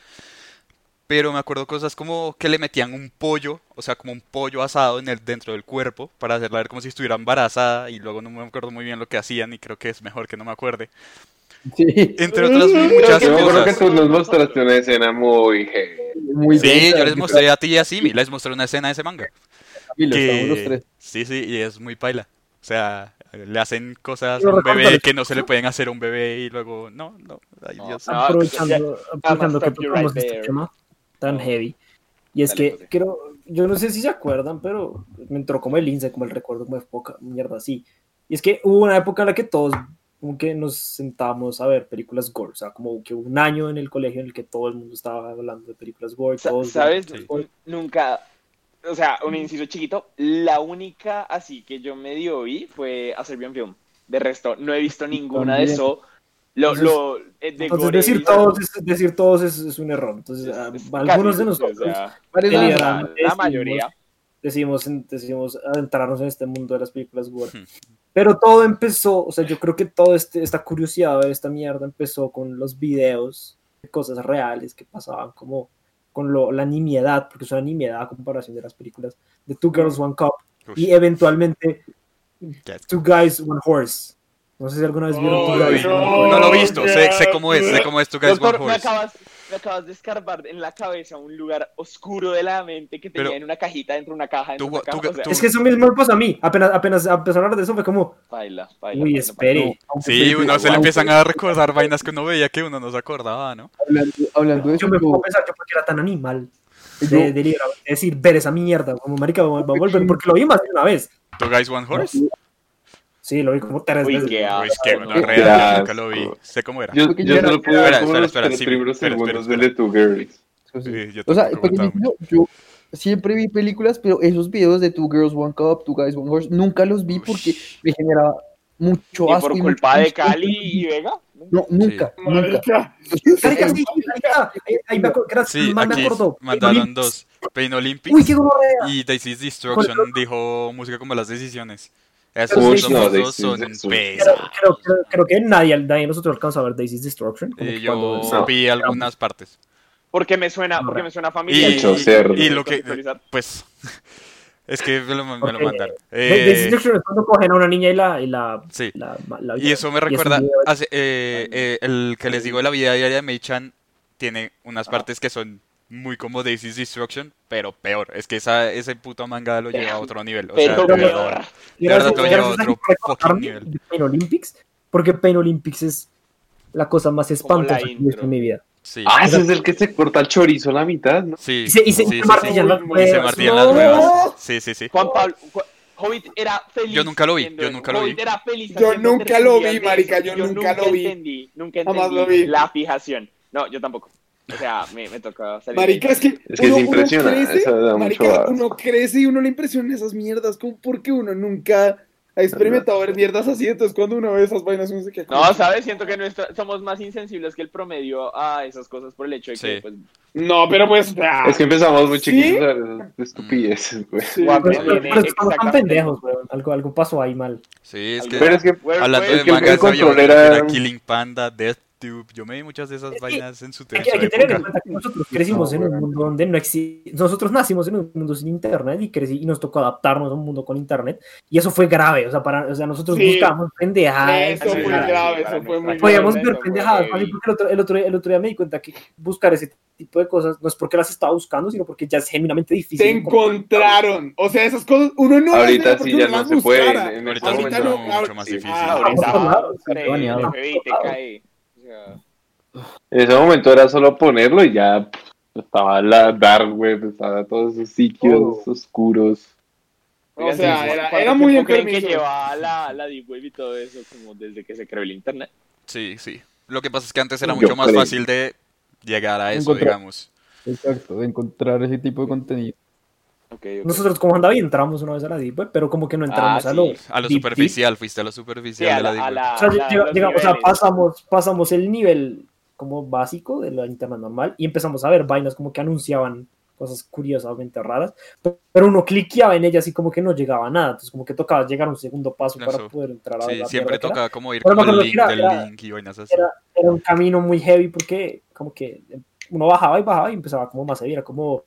D: Pero me acuerdo cosas como que le metían un pollo, o sea, como un pollo asado en el, dentro del cuerpo para hacerla ver como si estuviera embarazada y luego no me acuerdo muy bien lo que hacían y creo que es mejor que no me acuerde.
F: Sí,
D: Entre otras muchas
E: Yo me acuerdo que
D: cosas.
E: tú nos mostraste una escena muy heavy.
F: muy
D: Sí,
F: densa,
D: yo les mostré a ti y a Simi, les mostré una escena de ese manga.
F: Camilo, estábamos los
D: Que...
F: tres.
D: Sí, sí, y es muy paila. O sea, le hacen cosas
A: Yo
D: a un
A: recuerdo
D: bebé
A: el-
D: que no se le pueden hacer a un bebé y luego, no, no, ay
B: No,
D: Dios.
B: no.
A: Aprovechando, aprovechando que
B: stop you
A: tocamos
B: right
A: este
B: there.
A: tema tan
B: No.
A: heavy. Y es
B: Dale,
A: que
B: José.
A: creo, yo no sé si se acuerdan, pero me entró como el lince, como el recuerdo, como de poca mierda así. Y es que hubo una época en la que todos como que nos sentábamos a ver películas gore, o sea, como que hubo un año en el colegio en el que todo el mundo estaba hablando de películas gore.
B: Sa-
A: Todos
B: ¿Sabes?
D: Sí.
B: Un- Nunca, o sea, un inciso chiquito, la única así que yo medio vi fue a Serbian Film. De resto, no he visto ninguna de
F: También.
B: eso. Lo,
A: Entonces-
B: lo, eh, de
A: Entonces
B: gore
A: decir
B: he visto-
A: todos, es, decir todos es, es un error. Entonces,
B: es-
A: a-
B: es
A: algunos
B: casi,
A: de nosotros
B: o sea,
F: Varios
B: la-
F: años.
A: deliberadamente
B: la
A: decidimos-
B: mayoría.
A: decidimos, decidimos adentrarnos en este mundo de las películas gore.
D: Hmm.
A: Pero todo empezó, o sea, yo creo que toda este, esta curiosidad de esta mierda empezó con los videos de cosas reales que pasaban, como con lo, la nimiedad, porque es una nimiedad a comparación de las películas de Two Girls, One Cup,
D: Ush,
A: y eventualmente
D: qué asco.
A: Two Guys, One Horse. No sé si alguna vez vieron Two
C: Ay,
A: Guys,
C: no.
A: One Horse.
D: No lo he visto, sé, sé cómo es, sé cómo es tu Guys One
B: Doctor, me
D: Horse.
B: acabas, me acabas de escarbar en la cabeza un lugar oscuro de la mente que tenía
D: Pero-
B: en una cajita dentro de una caja. Dentro
D: Tú-
B: de una caja.
D: tú-
B: o sea,
D: tú-
A: Es que eso mismo me pasó a mí, apenas, apenas empezó a hablar de eso fue como,
B: Paila, paila,
A: uy,
B: paila,
A: espere.
D: Sí, uno se le empiezan a recordar vainas que uno veía que uno no se acordaba, ¿no?
F: Hablando, hablando de eso,
A: Yo me pongo
F: yo-
A: a pensar, yo porque era tan animal de,
F: yo-
A: de, de decir, ver esa mierda, como marica, va a volver, porque lo vi más de una vez.
D: ¿Tu Guys One Horse?
A: Sí, lo vi como tres
B: Uy,
A: veces.
B: qué
D: Uy, es que bueno,
E: Qué
D: real, yo nunca lo vi.
E: asco.
D: Sé cómo era.
E: Yo,
F: Porque
E: yo
F: yo
E: solo
F: era-
E: pude ver
D: Espera,
E: como
D: espera,
E: los
D: espera,
E: tres
D: sí,
E: primeros
D: espera, espera,
E: segundos
D: espera.
E: de The Two Girls.
F: Eso sí.
D: Sí, yo
F: O sea,
D: tampoco
F: porque
D: aguantaba
F: yo, yo siempre vi películas, pero esos videos de Two Girls, One Cup, Two Guys, One Horse, nunca los vi porque
D: Ush.
F: me generaba mucho
B: ¿Y
F: asco.
B: por
F: y
B: culpa
F: mucho
B: de
F: gusto.
B: Cali y Vega?
F: No, nunca, nunca.
C: Marica.
A: Marica, sí, marica, ahí- ahí me acuerdo, gracias,
D: Sí,
A: man, me
D: aquí
A: acordó.
D: mandaron dos. Pain
A: Uy, qué
D: Olympics
A: gonorrea.
D: y Daisy's Destruction dijo música como las decisiones. Esos
A: Pero
D: dos
A: sí,
E: no,
D: dos
E: Daisy's
D: son
E: Destruction.
A: Creo,
D: pesados.
A: creo, creo, creo que nadie, nadie de nosotros alcanzó a ver Daisy's Destruction. Como
D: Y
A: que cuando
D: yo
E: No.
D: vi algunas partes.
B: Porque me suena, porque me suena familiar.
D: Y,
E: Mucho cerdo.
D: y lo que,
B: Contextualizar.
D: pues, es que me lo, me lo
A: Porque
D: mandaron.
A: Daisy's
D: Eh,
A: Destruction es cuando cogen a una niña y la... Y, la,
D: sí.
A: la, la-
D: Y eso me
A: es un
D: recuerda,
A: video-
D: hace- eh, eh, el que les digo de la vida diaria de Mei-chan tiene unas
B: Ajá.
D: partes que son muy como Daisy's Destruction, pero peor. Es que esa, ese puto manga lo lleva a otro nivel. O sea,
B: Pero
D: de
B: peor.
D: verdad.
A: Y
D: de verdad
A: gracias-
D: te lo lleva a
A: gracias
D: otro
A: por
D: fucking
A: recordarme
D: nivel.
A: de Pain Olympics, porque Pain Olympics es la cosa más
B: Como la
A: espantosa que he visto
B: intro.
A: en mi vida.
D: Sí,
E: Ah, ese es el que se corta el chorizo a la mitad, ¿no?
D: sí,
A: Y se, y se,
D: sí,
A: y
D: sí,
A: se martillan
C: sí.
A: las
C: Y se
D: Y se
A: ruedas.
D: martillan
A: No.
D: las ruedas. Sí, sí, sí.
B: Juan Pablo, Ju- Hobbit era feliz.
D: Yo nunca lo vi,
B: viendo
D: yo
B: eso.
D: nunca lo vi.
B: Hobbit era feliz
C: Yo
B: haciendo
C: nunca lo vi,
B: tertulias de
C: marica,
B: eso,
C: yo
B: y
C: nunca lo vi.
B: Entendí, nunca
C: Jamás
B: entendí
C: lo vi.
B: la fijación. No, yo tampoco. O sea, me, me toca salir.
C: Marica, es que,
E: Es que es impresionante,
C: crece,
E: eso da mucho
C: marica,
E: asco.
C: uno crece y uno le impresiona esas mierdas, como porque uno nunca ha experimentado ver mierdas así, entonces cuando uno ve esas vainas uno se queda como-
B: No, ¿sabes? Siento que nuestra- somos más insensibles que el promedio a esas cosas por el hecho de que,
D: Sí.
B: pues,
C: No, pero pues, ah,
E: Es que empezamos muy
C: ¿Sí?
E: chiquitos a ver esas estupideces, güey.
C: sí,
B: Guapo,
A: Pero,
C: sí.
A: pero,
B: viene
A: pero estamos tan
B: exactamente-
A: pendejos, weón. Algo, algo pasó ahí mal.
D: Sí, es que
E: Pero es que,
B: Bueno,
D: hablando
B: pues,
D: de
E: que el-
D: mangas,
E: el
D: había
E: control
D: otro que
E: era-
D: era Killing Panda, DeathTube. Yo me vi muchas de esas
A: Es que
D: vainas en su,
A: Hay
D: en
A: que,
D: su
A: hay que tener en
D: época.
A: cuenta que nosotros crecimos en un mundo donde no existe. Nosotros nacimos en un mundo sin internet y, crecí, y nos tocó adaptarnos a un mundo con internet. Y eso fue grave. O sea, para, o sea nosotros
C: Sí.
A: buscábamos pendejadas.
C: Eso
B: Sí,
C: fue
B: sí,
C: grave,
B: para
C: eso fue muy
B: nuestra-
A: Podíamos
C: grave.
A: ver
B: Eso fue
A: pendejadas.
B: heavy.
A: fácil, porque el otro, el, otro, el otro día me di cuenta que buscar ese tipo de cosas no es porque las estaba buscando, sino porque ya es genuinamente difícil.
C: Te encontraron, o sea, esas cosas, uno no
E: ahorita
C: las ve
E: sí
C: porque
E: ya
C: uno
E: no
C: las
E: se puede.
C: buscara.
E: En, en
D: Ahorita
E: este
D: es
C: Ahorita
E: momento
C: no,
D: mucho
C: ahora-
D: más
E: sí.
D: difícil.
B: ah,
C: Ah,
B: ahorita
A: claro,
B: hombre,
F: sí, baneado.
B: el F B I te cae. O sea,
E: En ese momento era solo ponerlo y ya pff, estaba la dark web, estaba todos esos sitios
C: Todo.
E: oscuros.
C: O sea,
B: ¿cuánto
C: era,
B: tiempo
C: era muy
B: creen que
C: enfermizo.
B: lleva la, la Deep Web y todo eso como desde que se creó el internet?
D: Sí, sí. Lo que pasa es que antes era
E: Yo
D: mucho más
E: creo.
D: fácil de llegar a eso,
F: Encontrar.
D: digamos.
F: Exacto, de encontrar ese tipo de contenido.
B: Okay, okay.
A: Nosotros como David entramos una vez a la Deep Web, pero como que no entramos
B: Ah,
A: a lo,
B: sí.
D: A lo
A: deep,
D: superficial, fuiste a lo
B: Sí,
D: superficial
B: a
D: de la
B: la,
D: Deep
B: a
D: Web.
B: la,
A: O sea,
B: la-
A: llega-
B: los
A: llega- o sea,
B: niveles.
A: pasamos, pasamos el nivel como básico de la internet normal y empezamos a ver vainas como que anunciaban cosas curiosamente raras, pero uno cliqueaba en ellas y como que no llegaba a nada, entonces como que tocaba llegar a un segundo paso para
D: Eso.
A: poder entrar a
D: Sí,
A: la
D: siempre
A: mierda que era.
D: tocaba como ir
A: Pero
D: como
A: me
D: el
A: acuerdo
D: link
A: que era-
D: del
A: era-
D: link y vainas así.
A: Era, era un camino muy heavy porque como que uno bajaba y bajaba y empezaba como más heavy, era como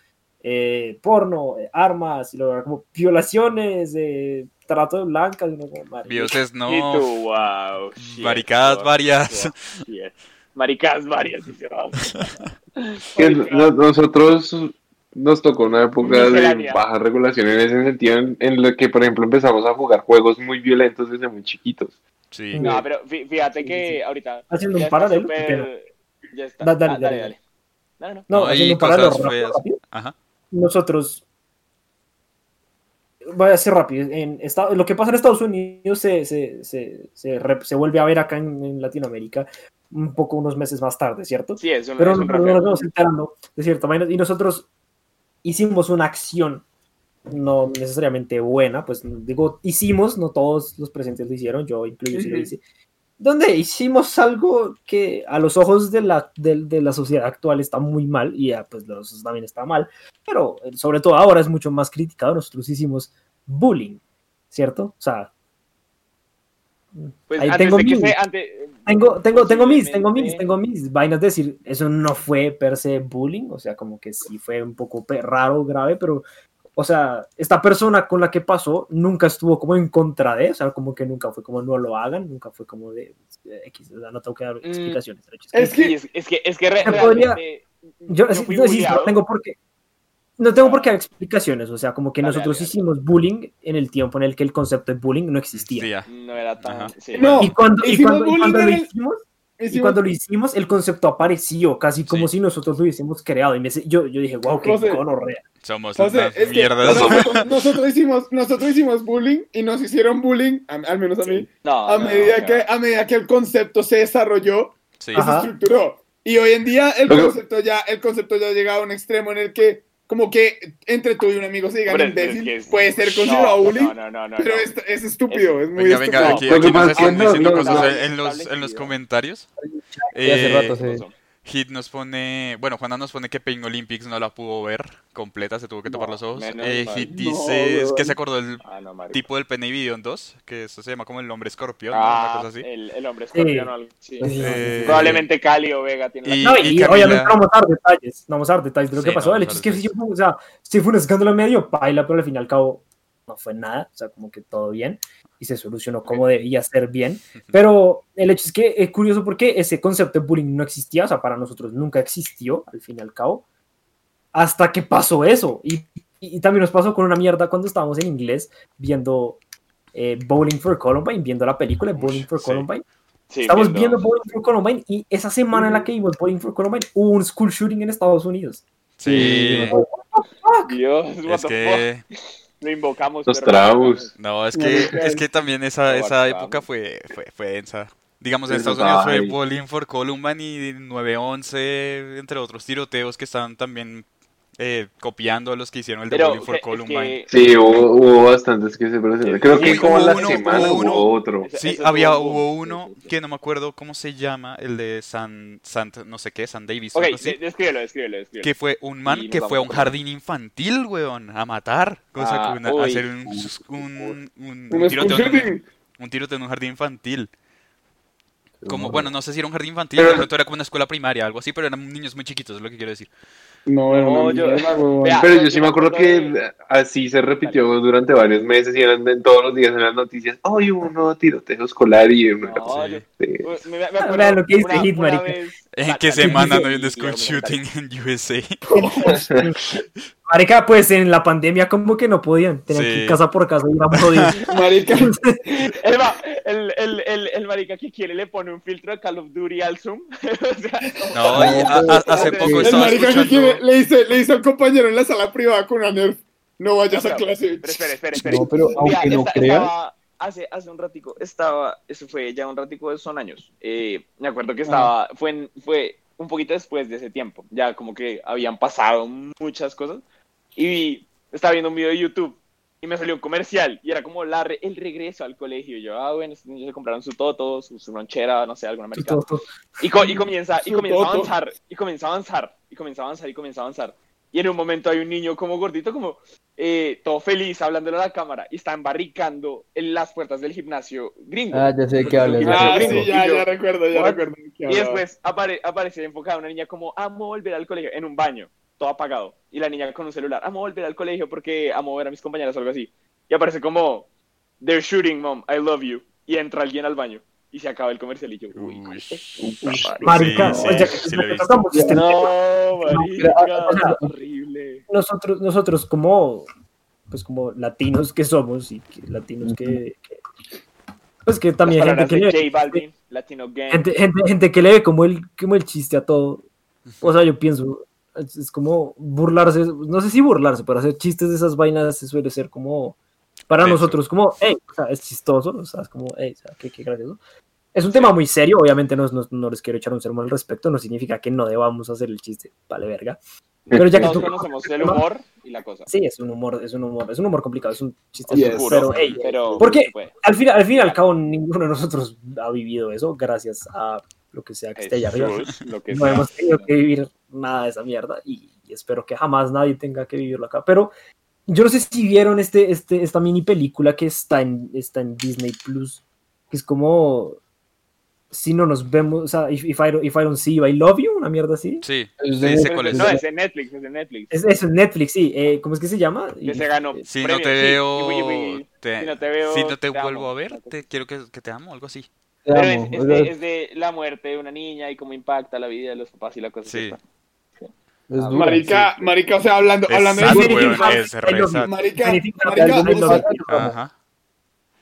A: eh, porno, eh, armas, y luego era como violaciones, eh, trato de blancas, y uno como, madre mía.
D: Dioses
B: Y
D: no,
B: tú, wow. shit,
D: maricadas
B: wow,
D: varias.
B: wow, shit. Maricadas varias, dice Raúl.
E: Que
B: Maricadas.
E: no- nosotros nos tocó una época de
B: Miscelánea.
E: baja regulación en ese sentido, en, en lo que, por ejemplo, empezamos a jugar juegos muy violentos desde muy chiquitos.
D: Sí.
B: No, pero fí- fíjate
A: Sí,
B: que
A: sí, sí.
B: ahorita.
A: Haciendo
B: ya
A: un
B: está
A: paralelo,
B: súper-
A: pero-
B: Ya está.
A: Da- dale,
B: Ah,
A: dale,
B: dale,
A: dale.
B: No, no.
A: No,
D: No, hay
A: haciendo un paralelo
D: cosas
A: rápido,
D: feas.
A: rápido.
D: Ajá.
A: Nosotros voy a ser rápido. En esta- lo que pasa en Estados Unidos se, se, se, se, rep- se vuelve a ver acá en, en Latinoamérica un poco unos meses más tarde, ¿cierto?
B: Sí, es un,
A: Pero
B: es un
A: nosotros nos
B: reflejo.
A: vamos enterando de cierta manera y nosotros hicimos una acción no necesariamente buena, pues digo, hicimos, no todos los presentes lo hicieron, yo incluyo si lo
C: Ujú.
A: hice, donde hicimos algo que a los ojos de la, de, de la sociedad actual está muy mal, y ya, pues los también está mal, pero eh, sobre todo ahora es mucho más criticado. Nosotros hicimos bullying, ¿cierto? O sea,
B: Pues
A: ahí
B: antes
A: tengo
B: de que
A: mis,
B: se. Antes,
A: tengo, tengo, tengo mis, tengo mis,
B: posiblemente-
A: tengo mis vainas de decir, eso no fue per se bullying, o sea, como que sí fue un poco pe- raro, grave, pero, o sea, esta persona con la que pasó nunca estuvo como en contra de, o sea, como que nunca fue como no lo hagan, nunca fue como de, de X, o sea, no tengo que dar explicaciones. pero es que-
C: Es que-
B: Sí, es, es que, es que re-
A: Se podría-
B: realmente.
A: yo,
B: yo
A: sí,
B: fui
A: no, sí, no
B: bulleado.
A: tengo por qué. No tengo por qué dar explicaciones, o sea, como que
B: Dale,
A: nosotros
B: dale, dale.
A: hicimos bullying en el tiempo en el que el concepto de bullying no existía.
D: Sí, ya.
B: No era tan.
D: Ajá.
B: Sí,
C: No.
A: Y cuando, y
C: Hicimos
A: cuando, y
C: bullying
A: cuando
C: en
A: lo
C: el-
A: hicimos,
C: hicimos-
A: y cuando lo hicimos, el concepto apareció, casi como
D: Sí.
A: si nosotros lo hubiésemos creado. Y me, yo, yo dije, wow, qué
C: José,
A: gonorrea.
D: Somos
C: José,
D: unas
C: es que
D: mierdas.
C: nosotros, nosotros hicimos, nosotros hicimos bullying y nos hicieron bullying, a- al menos a mí,
B: No,
C: a
B: no,
C: medida
B: no,
C: que
B: no.
C: a medida que el concepto se desarrolló
D: Sí.
C: y se
A: Ajá.
C: estructuró. Y hoy en día el
E: Pero-
C: concepto ya el concepto ya ha llegado a un extremo en el que como que entre tú y un amigo se digan
B: Pero es- pero es
C: imbécil,
B: que es-
C: puede ser considerado
B: no,
C: bullying,
B: no, no, no, no,
C: pero
B: no.
C: es, es estúpido, es, muy
D: Venga,
C: estúpido.
D: venga, aquí,
E: Lo
D: aquí
E: que
D: nos
E: pasa es que
D: están
E: no,
D: diciendo
E: no,
D: cosas
E: no.
D: en, los, en los comentarios.
F: Y hace
D: Eh,
F: rato se...
D: Hit nos pone, bueno, Juana nos pone que Pain Olympics no la pudo ver completa, se tuvo que tapar
B: No,
D: los ojos.
B: menos
D: Eh,
B: mal.
D: Hit
C: No,
D: dice
C: weón.
D: que se acordó del
B: Ah, no, marica.
D: tipo del Penny Video en dos, que eso se llama como el hombre escorpión, ¿no?
B: Ah,
D: Una cosa así.
B: el, el hombre escorpión o algo así.
A: Sí.
D: Eh,
B: Probablemente Cali o Vega tiene la
D: y-
A: No, y,
D: Camila-
A: obviamente no vamos a dar detalles, no vamos a dar detalles de lo
D: Sí,
A: que pasó.
D: no
A: El
D: vamos
A: hecho
D: a
A: es que
D: dar
A: sí, fue- o sea, sí fue un escándalo medio paila, pero al fin y al cabo no fue nada, o sea, como que todo bien y se solucionó como debía ser bien. Pero el hecho es que es curioso porque ese concepto de bullying no existía, o sea, para nosotros nunca existió, al fin y al cabo, hasta que pasó eso. Y, y, y también nos pasó con una mierda cuando estábamos en inglés viendo eh, Bowling for Columbine, viendo la película de Bowling for
D: sí.
A: Columbine.
B: Sí,
A: Estamos
B: viendo-
A: viendo Bowling for Columbine y esa semana en la que vimos Bowling for Columbine hubo un school shooting en Estados Unidos.
D: Sí,
B: Dios, what
D: es
B: the
D: que,
B: fuck. Lo invocamos.
E: Los
B: pero no
E: tragos.
D: no, es
C: No,
D: que,
C: no,
D: es que también esa,
B: no,
D: esa
B: WhatsApp.
D: época fue, fue, fue densa. Digamos, en
E: Eso
D: Estados Unidos fue
E: ay.
D: Bowling for Columbine y nueve once, entre otros tiroteos que estaban también eh, copiando a los que hicieron el de
B: Pero
D: Bowling for
B: que- es
D: Columbine.
B: que-
E: Sí, hubo, hubo bastantes que se presentaron. Creo que
D: Uy,
E: como
D: hubo
E: la
D: uno,
E: semana
D: hubo uno.
E: hubo otro.
B: Ese-
D: Sí,
B: ese
D: había,
B: tuvo un boom.
D: hubo
B: Sí,
D: uno
B: sí, sí.
D: que no me acuerdo cómo se llama, el de San, San no sé qué, San Davis, o
B: Ok,
D: algo así,
B: de- descríbelo, descríbelo, descríbelo.
D: que fue un man
B: Y
D: que
B: nos
D: fue a un
B: vamos a
D: jardín infantil, weón, a matar, cosa
B: Ah,
D: que una-
B: uy.
D: hacer un, un, un, un
C: Un school
D: tiroteo en un,
C: shooting.
D: un tiroteo en un jardín infantil. Como,
E: No.
D: bueno, no sé si era un jardín infantil,
E: Pero-
D: de pronto era como una escuela primaria, algo así, pero eran niños muy chiquitos, es lo que quiero decir.
C: No, era una
B: No, yo-
C: mierda, weón.
B: Vea,
E: Pero
B: yo
E: yo sí me acuerdo que
B: de-
E: así se repitió durante varios meses y eran en todos los días en las noticias. Hoy hubo un nuevo tiroteo escolar y uno era como,
B: No,
D: Sí.
B: yo-
E: de-
B: me, me acuerdo
A: Vean lo que dice
B: una-
A: Hit,
B: una
A: marica.
B: vez-
D: ¿En
B: la-
D: qué
B: la-
D: semana
B: sí,
D: no hay un
B: sí,
D: school
B: sí,
D: shooting en U S A?
A: Marica, pues en la pandemia como que no podían, tenían
D: Sí.
A: que ir casa por casa y era jodido.
C: Marica,
B: El, ma- el, el, el, el marica que quiere le pone un filtro de Call of Duty al Zoom. O sea,
D: No, y a- a- hace
B: El
D: poco
C: el
D: estaba
C: marica que
D: escuchando...
C: quiere, le dice, le dice al compañero en la sala privada con una nerf, no vayas
B: no,
C: a
B: pero-
C: clase.
B: Pero espere, espere, espere.
F: No, pero
B: Mira,
F: aunque no
B: esta-
F: creas,
B: estaba- hace, hace un ratico, estaba, eso fue ya un ratico, son años. Eh, me acuerdo que estaba, fue, en- fue un poquito después de ese tiempo, ya como que habían pasado muchas cosas. Y vi- estaba viendo un video de YouTube y me salió un comercial y era como la re- el regreso al colegio. Y yo, ah, bueno, estos niños se compraron su toto, su, su lonchera, no sé, alguna americana.
A: Todo, todo.
B: Y, co- y comienza, y
C: Su
B: comienza a
C: toto.
B: avanzar, y comienza a avanzar, y comienza a avanzar, y comienza a avanzar. Y en un momento hay un niño como gordito, como eh, todo feliz, hablándole a la cámara, y está embarricando en las puertas del gimnasio gringo.
F: Ah, ya sé de qué hablas.
B: Y
F: ya sé
C: Ah,
F: de qué
C: sí,
F: hablas.
C: ya,
B: Y yo,
C: ya recuerdo, ya
B: what?
C: recuerdo. de qué
B: Y
C: hablaba.
B: después apare- aparece enfocada una niña como, amo volver al colegio, en un baño, todo apagado. Y la niña con un celular, amo volver al colegio porque amo ver a mis compañeras o algo así. Y aparece como, they're shooting, mom, I love you. Y entra alguien al baño. Y se acaba el comercial y yo, uy,
D: Uy.
A: Marica,
D: Sí, sí,
A: oye,
D: sí lo he
A: ya que
D: visto.
A: tocamos este tema,
B: no, marica,
A: pero, o sea,
B: horrible.
A: nosotros, nosotros como, pues como latinos que somos y que- latinos que, que- pues que también hay gente que le
B: J
A: ve,
B: Balvin, Latino Gang.
A: gente, gente, gente que le ve como el, como el chiste a todo. O sea, yo pienso, es, es como burlarse, no sé si burlarse, pero hacer chistes de esas vainas se suele ser como, para
D: Denso.
A: nosotros, como, hey, o sea, es chistoso, o sea, es como, hey, o sea, qué, qué gracioso. Es un tema muy serio, obviamente no, no, no les quiero echar un sermón al respecto, no significa que no debamos hacer el chiste, vale verga. Pero ya que
B: Todos
A: tú-
B: conocemos el humor y la cosa.
A: Sí, es un humor, es un humor, es un humor complicado, es un chiste
C: Yes.
A: oscuro, pero hey,
B: pero
A: ¿por qué?
B: se puede.
A: al fin, al fin y al cabo ninguno de nosotros ha vivido eso, gracias a lo que sea que esté allá arriba.
B: Jesús, lo que
A: No
B: sea.
A: hemos tenido que vivir nada de esa mierda y, y espero que jamás nadie tenga que vivirlo acá. Pero yo no sé si vieron este, este, esta mini película que está en, está en Disney Plus, que es como si no nos vemos, o sea, if, if, I, don't, if I don't see you, I love you, una mierda así.
D: Sí,
F: Es
D: sí,
F: de-
D: sé cuál es.
B: No, es de Netflix, es de Netflix.
A: Es, es en Netflix, sí. Eh, ¿Cómo es que se llama?
B: Que se ganó
D: Si no
B: premio,
D: te
B: sí,
D: veo,
B: y- y- y-
D: te-
B: si no te veo,
D: si no te
B: te
D: vuelvo
B: amo.
D: a ver, te quiero que, que te amo, algo así.
F: Te
B: Pero
F: amo.
B: es, es
F: O
B: de,
F: sea,
B: es de la muerte de una niña y cómo impacta la vida de los papás y la cosa.
D: Sí.
B: ¿cierto?
F: es dura.
C: Marica, marica, o sea, hablando,
D: Es
C: hablando
D: sad,
C: de
A: Anything
D: weón,
A: happens,
D: es
A: I
D: re
A: love you.
D: sad.
C: marica,
A: Anything
C: marica,
A: happens, I
C: o
A: love
C: sea,
A: you.
D: Ajá.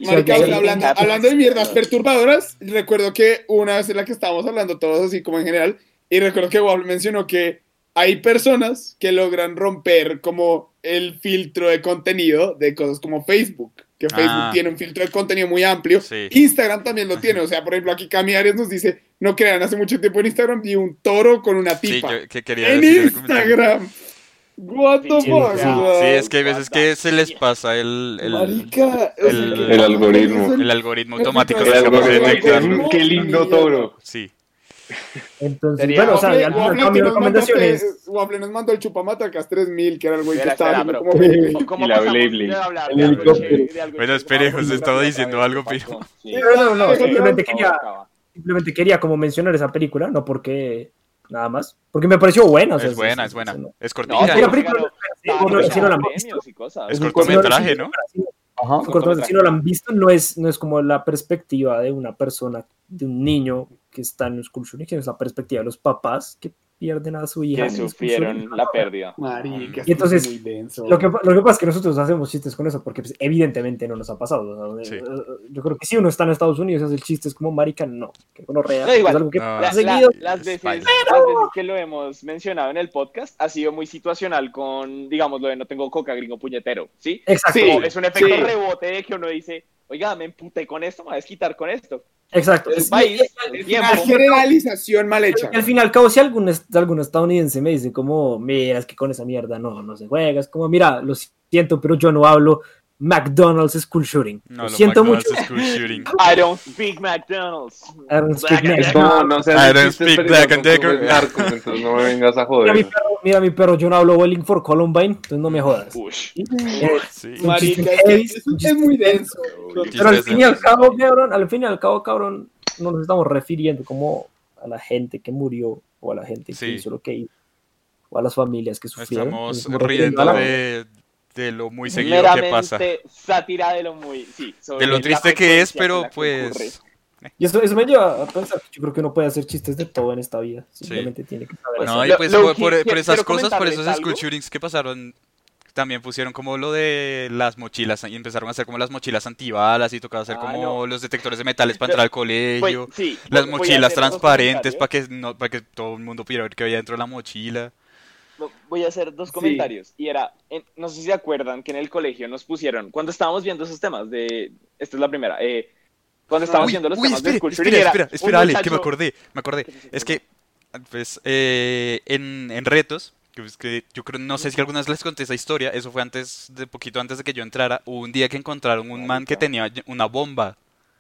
C: Marica,
A: Sí,
C: o sea, hablando, hablando de mierdas perturbadoras, recuerdo que una vez en la que estábamos hablando todos así como en general, y recuerdo que Waffle mencionó que hay personas que logran romper como el filtro de contenido de cosas como Facebook, que Facebook
D: Ah.
C: tiene un filtro de contenido muy amplio,
D: Sí.
C: Instagram también lo tiene, o sea, por ejemplo, aquí Cami Arias nos dice, no crean, hace mucho tiempo en Instagram vi un toro con una
D: Sí,
C: tipa.
D: yo que quería
C: En
D: decir ese comentario.
C: Instagram. What the
B: Sí,
C: fuck,
B: o
A: sea,
C: o sea,
D: Sí, es que hay veces que se les pasa el, el,
C: marica, o sea,
D: el-
C: ¿qué
E: el
C: pasa?
E: algoritmo.
C: Eso-
D: el algoritmo
C: Me
D: automático
C: fui
D: que
E: El
D: es capaz de
E: algoritmo
D: detectarlo.
E: dice, "Mm, qué lindo toro".
D: Sí.
A: Entonces,
B: Sería-
A: bueno, o sea,
C: Waffle,
A: al
C: Waffle,
A: final
C: tú
A: cambio de
C: nos mandaste-
A: recomendaciones.
C: Waffle nos mandó el chupamatacas tres mil, que era el güey que
B: Espera,
C: estaba
B: espera,
C: haciendo
B: pero-
C: como...
B: ¿Cómo
E: Y la
B: pasamos
E: Blade
B: de hablar
F: El
B: de algo
F: helicóptero.
B: chévere, de algo
D: Bueno,
B: chévere,
D: espere,
B: como
D: José
B: a
D: estaba
B: otra
D: diciendo
B: vez?
D: algo,
B: ¿Qué
D: pero-
B: pasó? Sí.
A: No, no, no, simplemente
B: Todo
A: quería,
B: acaba.
A: simplemente quería como mencionar esa película, no porque nada más, porque me pareció buena. O sea,
D: Es
A: sí,
D: buena,
A: sí,
D: es
A: sí,
D: buena.
A: sí, no.
D: Es
B: No,
D: cortica.
A: la
B: pero
A: película-
B: ganó-
A: sí, no,
B: ganó
A: si no la han
B: premios y cosas.
D: Es
A: Si no-
D: cortometraje,
A: si
D: ¿no?
A: si-
F: Ajá.
A: si cortometraje, si no la han visto, no es, no es como la perspectiva de una persona, de un niño que está en un school shooting, sino es la perspectiva de los papás que pierden a su hija.
B: Que
A: en el school
B: sufrieron
A: shooting.
B: la pérdida.
C: Marica,
A: Y entonces,
C: muy denso.
A: Lo que, lo que pasa es que nosotros hacemos chistes con eso porque pues, evidentemente no nos ha pasado. O sea,
D: Sí.
A: eh, yo creo que si uno está en Estados Unidos y hace el chiste es como marica, no. Que gonorrea,
B: No, igual.
A: es algo que
D: No,
A: pasa
B: La- la-
A: seguido.
B: las,
D: es
B: veces,
D: paila.
B: las veces que lo hemos mencionado en el podcast ha sido muy situacional con, digamos, lo de no tengo coca, gringo puñetero, ¿sí?
A: Exacto.
C: Sí.
B: Como es un efecto
C: sí.
B: rebote de que uno dice, oiga, me emputé con esto, me voy a desquitar con esto.
A: Exacto.
B: El
A: Sí,
B: país,
A: y-
B: el
C: Una
B: tiempo.
C: generalización mal hecha.
A: y al fin y al cabo, si algún, est- algún estadounidense me dice como, mira, es que con esa mierda no, no se juega, es como, mira, lo siento, pero yo no hablo McDonald's school shooting.
D: No,
A: lo
D: lo
A: siento
D: McDonald's
A: mucho.
D: School Shooting.
B: I don't speak McDonald's.
A: I don't speak
B: Black
E: Es
A: Mac-
E: como, no seas
D: I don't
E: chistes
D: speak black and
E: peligrosos
D: decker.
E: con narcos, entonces no me vengas a
A: Mira mi
E: joder.
A: perro, mira mi perro, yo no hablo Bowling for Columbine, entonces no me jodas.
B: Ush.
A: Eh,
D: Sí.
A: son
C: Marica,
A: chistes
C: es, que
A: heavy,
C: es,
A: son
C: es
A: chistes
C: muy
A: heavy.
C: denso.
A: Pero al
D: Chistes
A: fin y al
D: densos.
A: cabo, cabrón, al fin y al cabo, cabrón, no nos estamos refiriendo como a la gente que murió o a la gente
D: Sí.
A: que hizo lo que hizo o a las familias que sufrieron.
D: Estamos
A: Nos estamos refiriendo
D: riendo
A: a la-
D: de, de lo muy seguido que pasa.
B: Meramente sátira de lo muy, sí, sobre
D: De lo
B: la
D: triste que es,
B: frecuencia
D: pero
B: con la que ocurre.
D: pues...
A: Y eso, eso me lleva a pensar que yo creo que uno puede hacer chistes de todo en esta vida. Simplemente tiene que saber
B: Pues
D: No,
A: hacerlo.
D: y pues
B: Lo- lo
D: por,
B: que
D: por- por
B: quiero
D: esas cosas, por
B: comentarles
D: esos
B: algo.
D: school shootings que pasaron, también pusieron como lo de las mochilas y empezaron a hacer como las mochilas antibalas y tocaba hacer
B: Ah,
D: como
B: no.
D: los detectores de metales para
B: Pero-
D: entrar al
B: Voy-
D: colegio,
B: sí,
D: las
B: voy a
D: mochilas
B: hacer dos
D: transparentes para
B: comentarios.
D: que no, para que todo el mundo pudiera ver que había dentro de la mochila.
B: Voy a hacer dos
C: Sí.
B: comentarios. Y era, en- no sé si se acuerdan que en el colegio nos pusieron, cuando estábamos viendo esos temas de, esta es la primera, eh, cuando estábamos
D: Uy,
B: viendo los
D: uy,
B: temas de
D: espere,
B: school
D: espera,
B: shooting, era
D: espera,
B: un
D: espera, Ale, que me
B: muchacho-
D: acordé, me acordé. Es que, pues, eh, en, en retos, que, es que yo creo, no sé si alguna vez les conté esa historia, eso fue antes, de poquito antes de que yo entrara, hubo un día que encontraron un man que tenía una bomba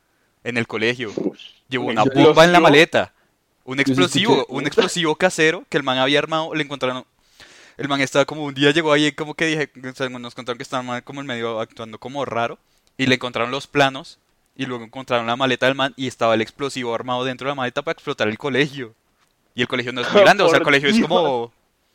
D: en el colegio. Llevó una
B: ¿Explosivo?
D: bomba en la maleta. Un
F: sí
D: explosivo,
F: escuché.
D: un explosivo casero que el man había armado, le encontraron. El man estaba como un día llegó ahí como que dije, o sea, nos contaron que estaba como en medio actuando como raro y le encontraron los planos y luego encontraron la maleta del man y estaba el explosivo armado dentro de la maleta para explotar el colegio. Y el colegio no es muy grande, o sea, el
B: Por
D: colegio es
B: Dios.
D: como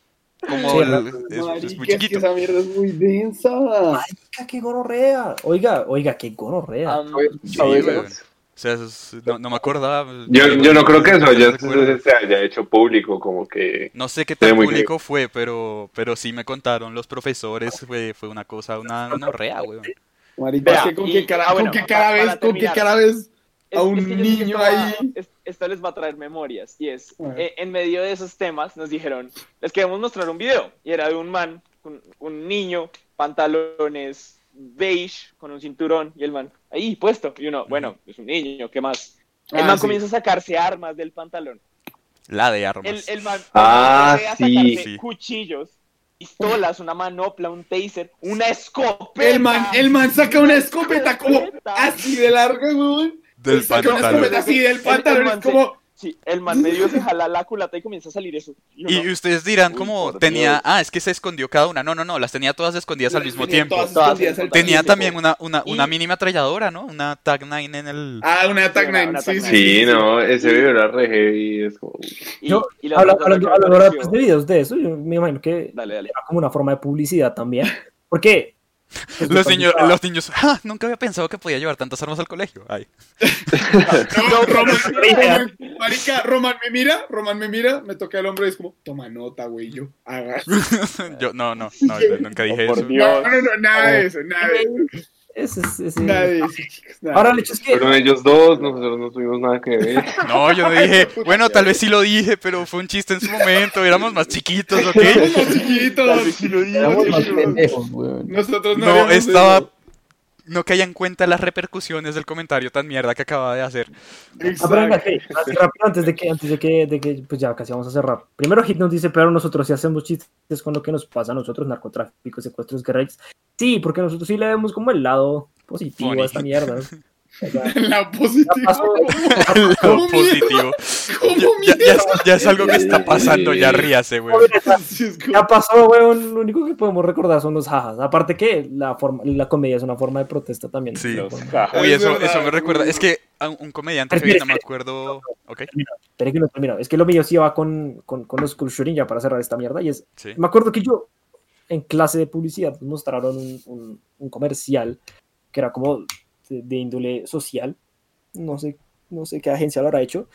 D: como
A: Sí,
D: el-
A: ¿no?
D: es, es
C: Marica,
D: muy
C: es que
D: chiquito.
C: esa mierda es muy densa.
A: Marica, qué gonorrea. Oiga, oiga, qué gonorrea.
B: Am,
D: Sí,
E: A ver,
D: weón. O sea, es- no, no me acordaba.
E: Yo, yo no creo que eso ya
D: recuerdo.
E: se, se haya hecho público, como que...
D: No sé qué
E: Se ve
D: tan
E: muy
D: público fue, pero, pero sí me contaron los profesores, fue, fue una cosa, una gonorrea, weón.
C: Marica,
B: Vea,
C: es que con
B: y-
C: qué cara,
B: ah, bueno,
C: con qué cara
B: para-
C: ves,
B: para
C: con qué
B: terminar.
C: cara ves
B: es-
C: a un
B: es que yo sé que
C: niño
B: esto va-
C: ahí.
B: es- esto les va a traer memorias. Y es,
C: A ver.
B: eh, en medio de esos temas nos dijeron, les queremos mostrar un video. Y era de un man, un, un niño, pantalones beige, con un cinturón. Y el man, ahí puesto. Y uno, bueno, es un niño, ¿qué más? El
C: Ah,
B: man
C: sí.
B: comienza a sacarse armas del pantalón.
D: La de
B: El,
D: armas.
B: el man,
E: Ah,
B: el man procede a
E: sí.
B: sacarse
D: Sí.
B: cuchillos, pistolas, una manopla, un taser, una escopeta.
C: El man, el man saca una escopeta como así de larga, weón.
D: Del
C: Él saca una
D: pantalón.
C: escopeta así del
B: El-
C: pantalón,
B: el man
C: es como...
B: Sí, el man medio se jala la culata y comienza a salir eso. Y uno,
D: Y ustedes dirán
B: Uy,
D: como
B: por
D: tenía,
B: Dios.
D: ah, es que se escondió cada una. No, no, no, las tenía todas escondidas al mismo
C: Tenía
D: tiempo.
C: todas
B: Todas
C: escondidas al
B: escondidas.
D: Tenía
C: mismo
D: también
C: tiempo.
D: una, una,
B: Y-
D: una mini ametralladora, ¿no? Una Tag nueve en el...
C: Ah, una Tag
B: Una-
C: nine,
B: una
C: sí,
B: Tag
C: sí,
B: nine.
C: sí.
E: Sí, no, ese video era re heavy, es como...
B: y,
A: Yo,
B: y la
A: Habla-
B: otra cosa
A: hablando
B: que me
A: hablando ahora
B: pareció-
A: pues, de videos de eso, yo me imagino que
B: Dale, dale.
A: era como una forma de publicidad también. Porque
D: Los niños, los niños, ah, nunca había pensado que podía llevar tantas armas al colegio. Ay.
C: No, Roman,
A: Marica.
C: Roman, marica, Roman me mira, Roman me mira, me toca el hombro y es como, toma nota, güey, yo, haga.
D: Yo, no, no, no, yo nunca dije
B: Oh, por
D: eso.
B: Dios.
C: No, no, no, nada de eso, nada de eso.
A: Ese es, ese...
C: Nadie dice, chicos, nadie.
A: Ahora el hecho es que...
E: Fueron ellos dos, nosotros no tuvimos nada que ver.
D: No, yo dije, bueno, tal vez sí lo dije, pero fue un chiste en su momento, éramos más chiquitos, ¿ok?
C: Éramos más chiquitos.
F: Éramos más pendejos, weón.
C: Nosotros no,
D: No,
C: haríamos
D: estaba...
C: eso.
D: No caía en cuenta las repercusiones del comentario tan mierda que acaba de hacer.
A: Ah, pero venga,
C: Exacto.
A: hey, así rápido, antes de que, antes de que, de que, pues ya casi vamos a cerrar. Primero Hit nos dice, pero nosotros sí hacemos chistes con lo que nos pasa a nosotros, narcotráfico, secuestros, guerrillas. Sí, porque nosotros sí le vemos como el lado positivo
D: Funny.
A: a esta mierda. O sea,
C: La
A: ya
C: positiva.
A: pasó,
D: Lo
C: ¿Cómo
D: positivo.
C: ¿Cómo
D: Ya, ya- ya es, ya es algo que está pasando, ya ríase, güey.
C: Sí, es como-
A: ya pasó, weón, lo único que podemos recordar son los jajas. Aparte que la forma, la comedia es una forma de protesta también.
D: Sí.
A: Pero, bueno,
D: Uy,
C: Es
D: eso,
C: verdad,
D: eso me recuerda.
C: uy.
D: Es que a un comediante que
A: Espera,
D: vi, no me
A: espera.
D: acuerdo. Ok,
A: Espera que no he terminado. Es que lo mío sí va con, con, con los school shooting ya para cerrar esta mierda. Y es,
D: sí.
A: me acuerdo que yo en clase de publicidad nos mostraron un, un, un comercial que era como de, de índole social. No sé, no sé qué agencia lo habrá hecho.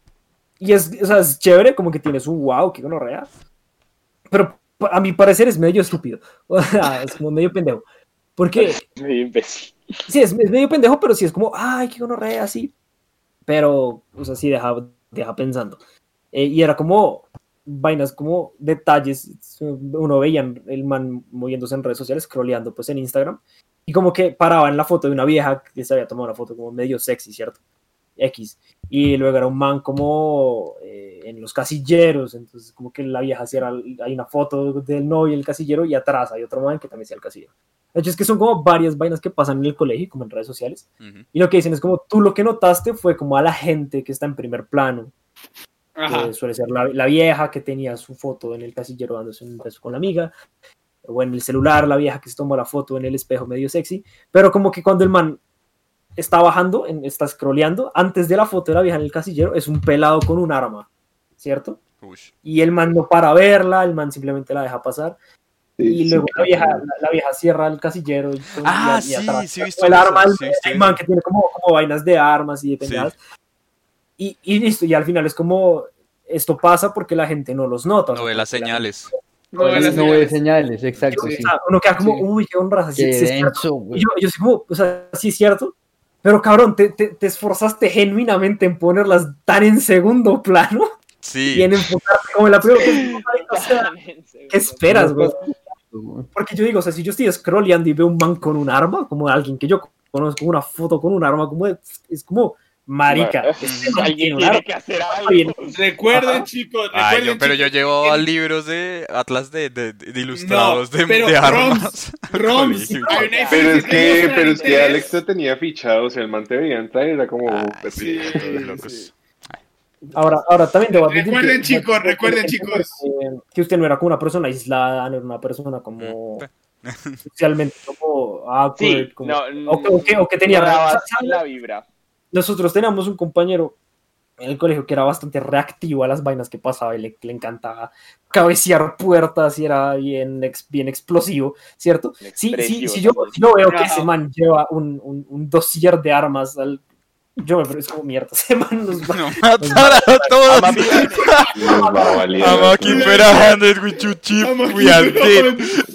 A: Y es, o sea, es chévere, como que tienes un wow, qué gonorrea. Pero a mi parecer es medio estúpido. O sea, es como medio pendejo. Porque
B: Medio imbécil.
A: sí, es, es medio pendejo, pero sí es como, ay, qué gonorrea, sí. Pero, o sea, sí deja, deja pensando. Eh, y era como vainas, como detalles. Uno veía el man moviéndose en redes sociales, scrolleando pues en Instagram. Y como que paraba en la foto de una vieja que se había tomado una foto como medio sexy, ¿cierto? X. Y luego era un man como eh, en los casilleros. Entonces, como que la vieja hacía, hay una foto del novio en el casillero y atrás hay otro man que también hacía el casillero. De hecho, es que son como varias vainas que pasan en el colegio, como en redes sociales.
D: Ujú.
A: Y lo que dicen es como, tú lo que notaste fue como a la gente que está en primer plano,
C: Ajá.
A: que suele ser la, la vieja que tenía su foto en el casillero dándose un beso con la amiga, o en el celular la vieja que se tomó la foto en el espejo medio sexy, pero como que cuando el man está bajando, en- está scrolleando, antes de la foto de la vieja en el casillero es un pelado con un arma, ¿cierto?
D: Ush.
A: Y el man no para verla, el man simplemente la deja pasar.
E: Sí,
A: Y
E: sí,
A: luego la
E: claro.
A: vieja, la, la vieja cierra el casillero y,
D: Ah,
A: y- y
D: sí,
A: atrás
D: sí he visto
A: el
D: eso,
A: arma, el,
D: sí he visto
A: el man
D: eso.
A: que tiene como, como vainas de armas y de pendejadas. Y, y listo, y al final es como esto pasa porque la gente no los nota. o
D: No
A: sea,
D: ve las
A: porque la
D: señales.
C: No, de las
F: No ve
C: señales.
F: señales, exacto,
A: gente-
F: sí.
A: o sea, uno queda como,
C: Sí.
A: uy, qué honra. Sí,
F: Qué
A: sí es cierto.
F: denso, güey.
A: Y yo, yo soy como, o sea, sí es cierto, pero cabrón, te, te, te esforzaste genuinamente en ponerlas tan en segundo plano
D: Sí.
A: y en enfocarte como en la primera. O sea, ¿qué esperas, güey? Porque yo digo, o sea, si yo estoy scrolleando y veo un man con un arma, como alguien que yo conozco, una foto con un arma, como de- es como, marica, este man
B: Alguien
A: tiene un
B: tiene
A: arma.
B: que hacer
A: Bien.
B: algo.
C: Recuerden,
A: Ajá.
C: chicos,
D: Ay,
C: recuerden,
D: yo, pero yo
C: chicos,
D: llevo
C: el-
D: a libros de atlas de, de, de ilustrados
C: No,
D: de,
C: pero
D: de
C: Roms,
D: armas.
C: Roms,
D: Colegio.
C: hay una
E: Pero es
C: exigencia
E: que,
C: de
E: pero es que
C: interés.
E: Alex te tenía fichado, o sea, el man te veía entrar y era como...
D: Ay,
E: pues,
C: sí.
D: todos locos.
C: sí.
A: Ahora, ahora también debo admitir
C: Recuerden,
A: que-
C: chicos,
A: que-
C: recuerden,
A: que-
C: chicos.
A: que- que usted no era como una persona aislada, no era una persona como socialmente como awkward,
B: Sí,
A: como-
B: no,
A: o, que- o que, o que tenía
B: no daba
A: ¿sabes?
B: la vibra.
A: Nosotros teníamos un compañero en el colegio que era bastante reactivo a las vainas que pasaba y le, le encantaba cabecear puertas y era bien, ex- bien explosivo, ¿cierto? Sí, sí,
B: Expresivo
A: si yo,
B: también.
A: si yo veo que
C: Ajá.
A: ese man lleva un, un, un dossier de armas, al- yo me parece como mierda, ese man nos va
D: No matar a todos.
B: Ama mi vaina.
E: nos va a valer.
D: I'm a keeper a hundred with you cheap.
C: I'm a
D: We are
C: keeper
D: dead.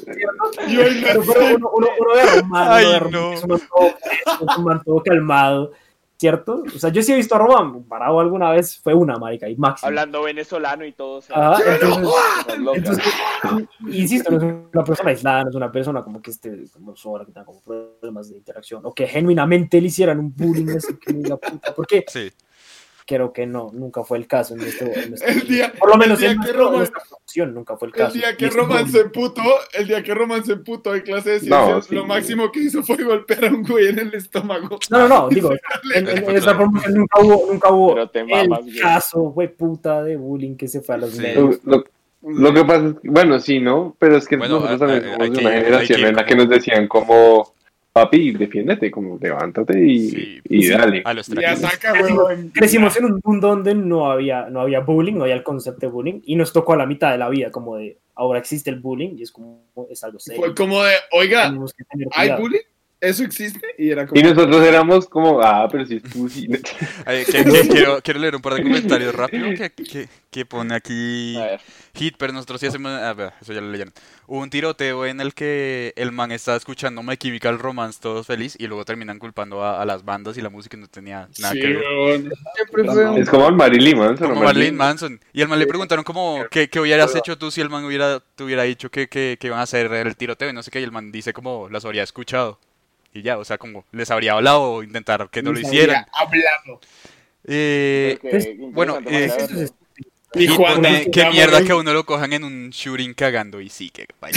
C: on- You are not
A: Pero, pero uno, uno, uno ve a Román,
D: Ay,
A: uno ve a Román,
D: no.
A: es un man todo fresco, es un man todo calmado, ¿cierto? O sea, yo sí he visto a Román parado alguna vez, fue una, marica, y máximo.
B: Hablando venezolano y todo. o sea,
A: Ajá, entonces,
B: cosas locas.
A: entonces, insisto, no es una persona aislada, no es una persona como que esté como sola, que tenga como problemas de interacción, o que genuinamente le hicieran un bullying, así que la puta, porque
D: Sí.
A: creo que no, nunca fue el caso en nuestro, en nuestro-
C: El día-
A: por lo menos
C: el día
A: en,
C: que
A: nuestro- en
C: Román-
A: nuestra promoción nunca fue el caso.
C: El día
A: Y
C: que
A: es
C: Roman
A: como-
C: se emputó, el día que Roman se emputó en clase de
E: No,
C: ciencias,
E: sí.
C: lo máximo que hizo fue golpear a un güey en el estómago.
A: No, no, no, digo, en, en- en esta promoción nunca hubo, nunca hubo
B: Pero te
A: el
B: mamas, güey.
A: caso, güey, puta de bullying que se fue a los
D: Sí.
A: medios.
E: Lo, lo- lo que pasa es que, bueno, sí, ¿no? Pero es que
D: Bueno,
E: nosotros
D: hay-
E: también
D: hay-
E: somos
D: hay
E: de
D: que
E: una
D: ir- hay
E: generación
D: que ir
E: en la que
D: como-
E: nos decían como, papi, defiéndete, como levántate y,
D: Sí.
E: y
A: Sí.
E: dale.
D: A los
C: Y
D: trajes.
C: ataca,
A: Crecimos,
C: weón.
A: crecimos en un mundo donde no había, no había bullying, no había el concepto de bullying, y nos tocó a la mitad de la vida, como de, ahora existe el bullying, y es como, es algo serio.
C: Fue como de, oiga,
A: Tenemos que tener
C: ¿hay
A: cuidado.
C: bullying? ¿eso existe? Y era como...
E: Y nosotros éramos como, ah, pero si es pussy.
D: Ay, que- que- quiero, quiero leer un par de comentarios rápido que, que, que pone aquí
B: A ver.
D: Hit, pero nosotros sí hacemos... A ver, eso ya lo leyeron. Hubo un tiroteo en el que el man estaba escuchando My Chemical Romance, todos feliz, y luego terminan culpando a, a las bandas y la música no tenía nada
C: Sí,
D: que ver.
C: weón.
F: Siempre fue un-
E: Es como el Marilyn Manson.
D: Como
E: ¿no?
D: Marilyn Manson. Y al man le preguntaron como, ¿qué, qué hubieras hecho tú si el man hubiera, te hubiera dicho que, que, que iban a hacer el tiroteo y no sé qué? Y el man dice como, las habría escuchado. Y ya, o sea, como les habría hablado o intentar que no lo
C: Les
D: hicieran.
C: habría hablado.
D: Eh,
B: Qué
A: pues,
B: interesante
D: bueno,
B: manera
D: eh,
B: de
A: Eso
B: verlo.
A: es-
C: Y
D: Y
C: Juan
D: pone,
C: nos
D: qué
C: llama,
D: mierda
C: ¿no?
D: que a uno lo cojan en un shooting cagando. Y sí, que vaya.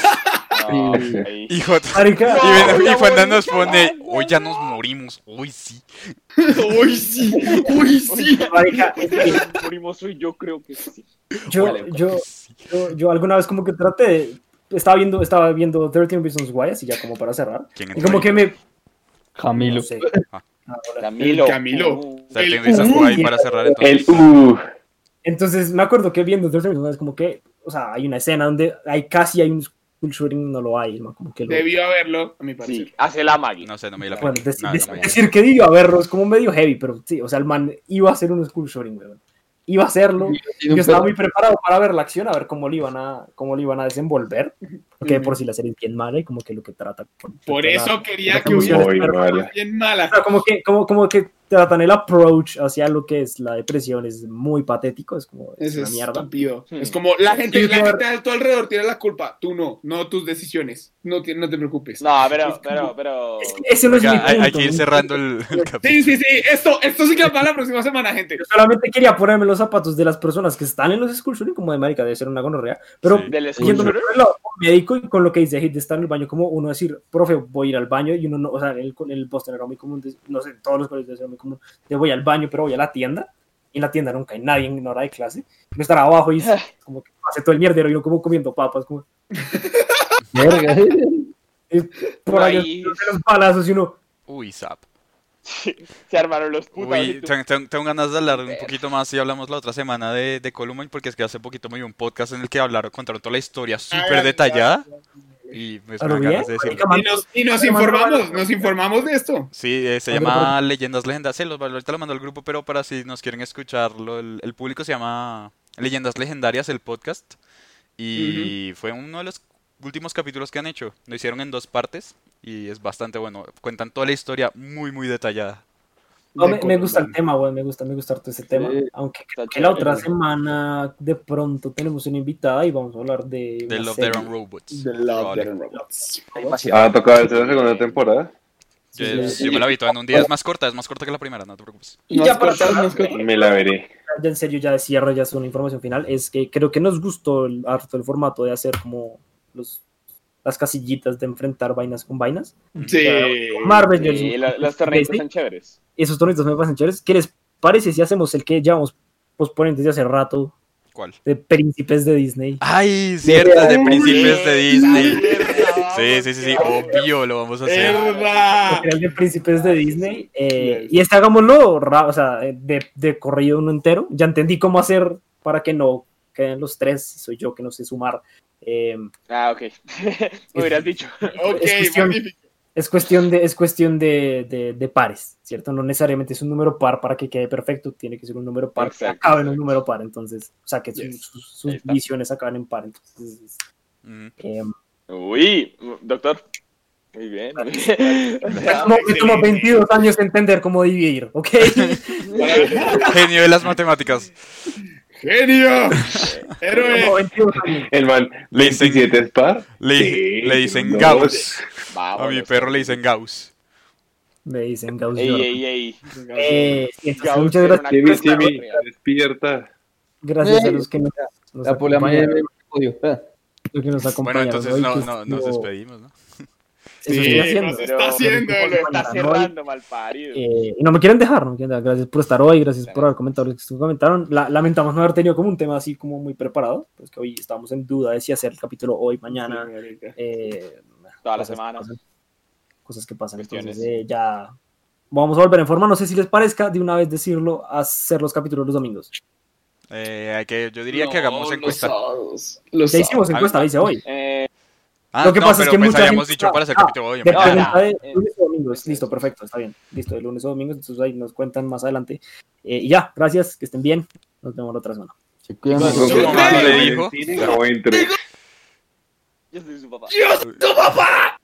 B: No,
F: Sí.
B: ahí.
D: Y, J-
A: Marica,
D: y, ven-
B: No,
D: y
B: ya
D: Juanda
B: morí
D: nos pone,
B: cagando.
D: hoy ya nos morimos, hoy sí.
C: Uy, sí, uy, sí.
A: marica, es que
B: Morimos hoy, yo creo que sí.
A: yo,
B: Vale,
A: yo,
D: Sí.
A: yo, yo alguna vez como que traté de... Estaba viendo, estaba viendo trece Reasons Why, así ya como para cerrar.
D: ¿Quién
A: Y
D: entró
A: como
D: ahí?
A: que me...
F: Camilo.
A: No sé.
D: Ah.
A: Ah, hola.
B: Camilo.
C: Camilo.
B: Uh,
D: O sea,
C: El-
D: tiene esas
C: uh,
D: ahí para cerrar
E: El
D: entonces.
E: uh.
A: Entonces me acuerdo que viendo trece Reasons Why es como que... O sea, hay una escena donde hay casi hay un school shooting, no lo hay. ¿No? Como que lo...
C: Debió haberlo, a mi parecer.
B: Sí, hace la Maggie.
D: No sé, no me di la
A: Bueno,
D: pena.
A: dec-
D: No,
A: dec-
D: no me di la
A: decir que debió haberlo es como medio heavy, pero sí, o sea, el man iba a hacer un school shooting, weón. Iba a hacerlo. Yo estaba muy preparado para ver la acción, a ver cómo lo iban a, cómo lo iban a desenvolver. Porque de por sí la serie es bien mala y como que lo que trata. con-
C: Por
A: con
C: eso
A: la-
C: quería
A: las
C: que hubiera
E: Muy
A: emociones, pero-
E: mala.
C: bien mala.
A: o sea, como que, como, como que tratan el approach hacia lo que es la depresión, es muy patético, es como es
C: Eso
A: una
C: es
A: mierda.
C: estúpido.
B: Hmm.
C: Es como la gente,
A: Sí,
C: la
A: por-
C: gente a tu alrededor tiene la culpa. Tú no, no tus decisiones. No, te- no te preocupes.
B: No, pero,
C: Es
B: pero,
C: como-
B: pero.
A: Es que ese no es mi
D: Oiga, hay,
A: punto.
D: hay que ir
A: ¿no?
D: cerrando el, el capítulo.
C: Sí, sí, sí. Esto, esto sí que va para la próxima semana, gente.
A: Yo solamente quería ponerme los zapatos de las personas que están en los school shooting, como de marica, debe ser una gonorrea, pero
D: Sí.
B: Del school
A: yéndome
B: shooter.
A: por el lado médico y con lo que dice Hit de estar en el baño, como uno decir, profe, voy a ir al baño, y uno no, o sea, el, el Boston era muy común, de- no sé, todos los colegios era muy común, de voy al baño, pero voy a la tienda, y en la tienda nunca hay nadie en hora de clase, uno estará abajo y como que hace todo el mierdero, y uno como comiendo papas, como,
F: Verga.
A: y por ahí
B: Ahí.
A: los balazos, y uno,
D: Uy, zap.
B: Se armaron los putos.
D: Uy, tengo, tengo- tengo ganas de hablar un poquito más si hablamos la otra semana de, de Columbine, porque es que hace poquito me vi un podcast en el que hablaron, contaron toda la historia súper
C: Ah,
D: detallada y pues, me
A: ¿a lo
D: dan
A: bien?
D: ganas de decirlo.
A: Marica,
C: Y nos, y nos informamos, nos informamos de esto.
D: Sí, eh, se
A: Oye,
D: llama Leyendas Legendarias. Sí, los, ahorita lo mando al grupo, pero para si nos quieren escucharlo, el, el público se llama Leyendas Legendarias, el podcast. Y fue uno de los últimos capítulos que han hecho. Lo hicieron en dos partes y es bastante bueno. Cuentan toda la historia muy, muy detallada.
A: No,
C: De
A: me, me gusta el
C: Columbine.
A: tema, güey, me gusta, me gusta harto ese tema.
F: Sí,
A: Aunque
B: está
A: que la
B: chévere,
A: otra
B: güey.
A: semana de pronto tenemos una invitada y vamos a hablar de.
D: De
A: una
D: Love,
A: serie.
D: Death and Robots.
C: The Love,
D: Probable.
C: Death and Robots.
E: Ah, toca verse la segunda temporada.
D: Yo,
A: Sí, sí,
D: yo me la vi toda en un día. Es más corta, es más corta que la primera, no te preocupes.
A: Y
C: Más
A: ya para
C: cortas,
A: cerrar,
C: más cortas.
E: Me la veré.
A: ya en serio, ya de cierre, ya es una información final. Es que creo que nos gustó el, harto el formato de hacer como los, las casillitas de enfrentar vainas con vainas.
C: Sí.
A: Marvel,
B: Sí, la- las torneitas son chéveres.
A: Esos tornitos me parecen chéveres. ¿Qué les parece si hacemos el que llevamos posponiendo desde hace rato
D: ¿Cuál?
A: de príncipes de Disney?
D: Ay, cierto, de príncipes de Disney.
B: Mierda,
D: Sí, sí, sí, sí, obvio lo vamos a hacer.
C: ¡Verdad!
A: Material de príncipes de Disney. eh,
C: Yes.
A: Y este hagámoslo, ra- o sea, de, de corrido uno entero. Ya entendí cómo hacer para que no queden los tres. Soy yo que no sé sumar. Eh,
B: Ah, ok. Me hubieras dicho.
C: Ok,
A: Es cuestión-
C: magnífico.
A: es cuestión de, es cuestión de, de, de pares, ¿cierto? No necesariamente es un número par para que quede perfecto. Tiene que ser un número par que
B: Exacto,
A: acabe en un
B: exacto.
A: número par. Entonces, o sea, que sus-
C: Yes.
A: sus, sus
B: Ahí está.
A: visiones acaben en par. Entonces,
D: Ujú.
A: eh,
B: Uy, doctor. Muy bien.
A: me tomó, me tomó veintidós años entender cómo dividir, ¿ok?
D: Genio de las matemáticas.
C: ¡Genio!
A: Tomó
C: ¡Héroe!
A: veintidós años.
E: El man,
D: Le dicen-
E: veintisiete es par.
D: Le,
E: Sí,
D: le dicen
E: no.
D: Gauss.
B: Vamos.
D: A mi perro le dicen Gauss.
A: Me dicen Gauss
B: Ey,
A: Jordan.
B: ey, ey.
A: Eh, y entonces,
B: Gauss
A: muchas
B: era
A: gracias,
B: una
E: Jimmy,
B: cosa
E: Jimmy,
B: real.
E: despierta.
A: gracias a
F: Eh,
A: los que nos, nos
F: La poliamia
A: acompañan.
F: me jodió. Ah.
A: Los que nos
D: Bueno,
A: acompañaron
D: entonces
A: hoy,
D: no,
A: que
D: no, nos
A: estuvo-
D: despedimos, ¿no?
A: Eso
C: Sí,
A: estoy haciendo.
C: nos está haciendo,
B: Lo
C: lo
B: está
A: acompañaron hoy.
B: cerrando, malparido.
A: Eh, y no me quieren dejar, no me quieren dejar. Gracias por estar hoy, gracias por haber comentado lo que ustedes comentaron. La- lamentamos no haber tenido como un tema así como muy preparado, pues que hoy estábamos en duda de si hacer el capítulo hoy, mañana. eh,
B: Toda la
A: cosas que
B: semana.
A: pasan, Cosas que pasan,
B: Cuestiones.
A: entonces eh, ya vamos a volver en forma. No sé si les parezca de una vez decirlo, hacer los capítulos los domingos.
D: Eh, hay que, yo diría que hagamos
C: No,
D: encuesta.
C: Los sábados. Los
A: Ya hicimos
C: sábados.
A: encuesta, dice hoy.
B: Eh,
D: Ah,
A: Lo que
D: no,
A: pasa es
D: pero
A: que
D: pues
A: mucha
D: habíamos
A: gente
D: dicho
A: está-
D: para hacer
A: ah,
D: capítulo hoy.
A: De
B: No,
D: hombre.
A: pregunta
B: ya.
A: de lunes o domingos. Listo, perfecto, está bien. Listo, de lunes o domingos, entonces ahí nos cuentan más adelante. Eh, y ya, gracias, que estén bien. Nos vemos la otra semana.
F: Se cuidan
E: Con
F: mucho.
E: que
D: mamá
E: si
D: le
E: lo ven en
D: dijo.
E: cine, grabó en tres.
B: Yo soy su papá.
C: ¡Dios, tu papá!